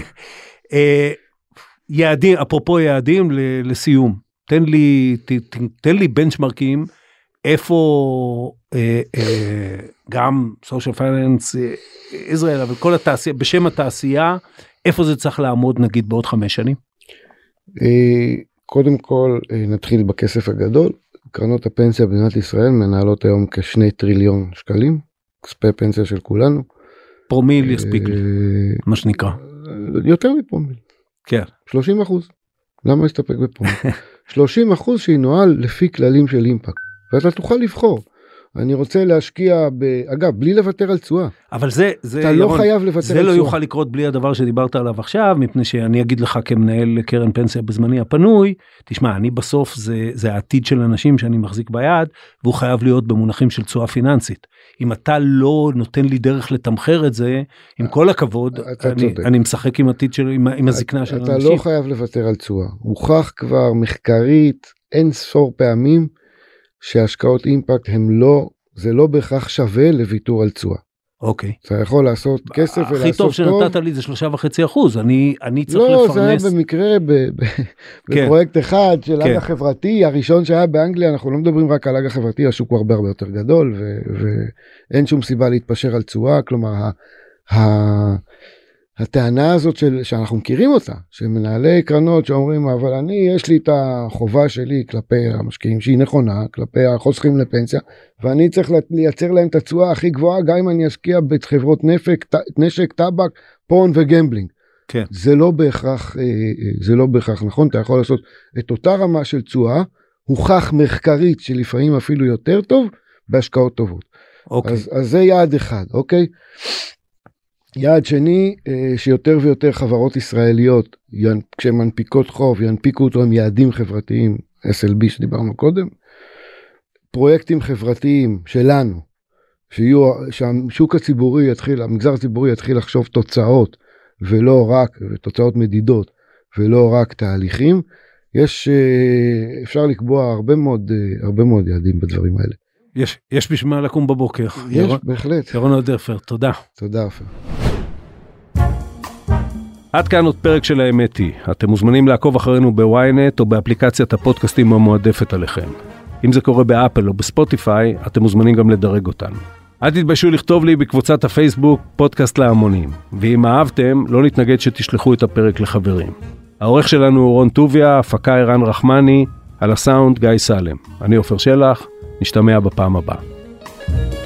יעדים, אפרופו יעדים לסיום, תן לי, תן לי בנצ'מרקים, איפה אה, אה, גם Social Finance Israel, אבל כל התעשייה, בשם התעשייה, איפה זה צריך לעמוד נגיד בעוד חמש שנים? קודם כל נתחיל בכסף הגדול, קרנות הפנסיה במדינת ישראל מנהלות היום כשני טריליון שקלים, כספי פנסיה של כולנו. פרומיל יספיק לי, מה שנקרא. יותר מפרומיל. כן. שלושים אחוז. למה להסתפק בפרומיל? שלושים אחוז שינוהל לפי כללים של אימפקט, ואתה תוכל לבחור. אני רוצה להשקיע, ב... אגב, בלי לוותר על תשואה. אבל זה, זה, אתה ירון, לא חייב לוותר זה על לא תשואה. יוכל לקרות בלי הדבר שדיברת עליו עכשיו, מפני שאני אגיד לך כמנהל קרן פנסיה בזמני הפנוי, תשמע, אני בסוף זה, זה העתיד של אנשים שאני מחזיק ביד, והוא חייב להיות במונחים של תשואה פיננסית. אם אתה לא נותן לי דרך לתמחר את זה, עם כל הכבוד, אני, אני משחק עם העתיד של, עם, עם הזקנה של אתה אנשים. לא חייב לוותר על תשואה. הוכח כבר מחקרית, אין ספור פעמים, שהשקעות אימפקט הם לא, זה לא בהכרח שווה לוויתור על תשואה. אוקיי. אתה יכול לעשות כסף ולעשות טוב. הכי טוב שנתת לי זה שלושה וחצי אחוז, אני, אני צריך לא, לפרנס. זה היה במקרה בפרויקט אחד של אג"ח חברתי, הראשון שהיה באנגליה, אנחנו לא מדברים רק על אג"ח חברתי, השוק הוא הרבה הרבה יותר גדול, ואין שום סיבה להתפשר על תשואה, כלומר, הטענה הזאת של, שאנחנו מכירים אותה, שמנהלי קרנות שאומרים, אבל אני, יש לי את החובה שלי כלפי המשקיעים, שהיא נכונה, כלפי החוסכים לפנסיה, ואני צריך לייצר להם את התשואה הכי גבוהה, גם אם אני אשקיע בחברות נפק, נשק, טבק, פון וגמבלינג. כן. זה לא בהכרח, זה לא בהכרח נכון, אתה יכול לעשות את אותה רמה של תשואה, הוכח מחקרית שלפעמים אפילו יותר טוב, בהשקעות טובות. אוקיי. אז, אז זה יעד אחד, אוקיי? יעד שני, שיותר ויותר חברות ישראליות, כשהן מנפיקות חוב, ינפיקו אותו עם יעדים חברתיים, אס אל בי שדיברנו קודם, פרויקטים חברתיים שלנו, שיהיו, שהשוק הציבורי יתחיל, המגזר הציבורי יתחיל לחשוב תוצאות, ולא רק, תוצאות מדידות, ולא רק תהליכים, יש, אפשר לקבוע הרבה מאוד, הרבה מאוד יעדים בדברים האלה. יש, יש בשביל מה לקום בבוקר. יש, ירון, בהחלט. ירון אודרפר, תודה. תודה, עופר. עד כאן עוד פרק של האמת היא. אתם מוזמנים לעקוב אחרינו בוויינט או באפליקציית הפודקאסטים המועדפת עליכם. אם זה קורה באפל או בספוטיפיי, אתם מוזמנים גם לדרג אותנו. אל תתביישו לכתוב לי בקבוצת הפייסבוק פודקאסט להמונים. ואם אהבתם, לא נתנגד שתשלחו את הפרק לחברים. העורך שלנו הוא רון טוביה, הפקה ערן רחמני, על הסאונד גיא סלם. אני עופר שלח, נשתמע בפעם הבאה.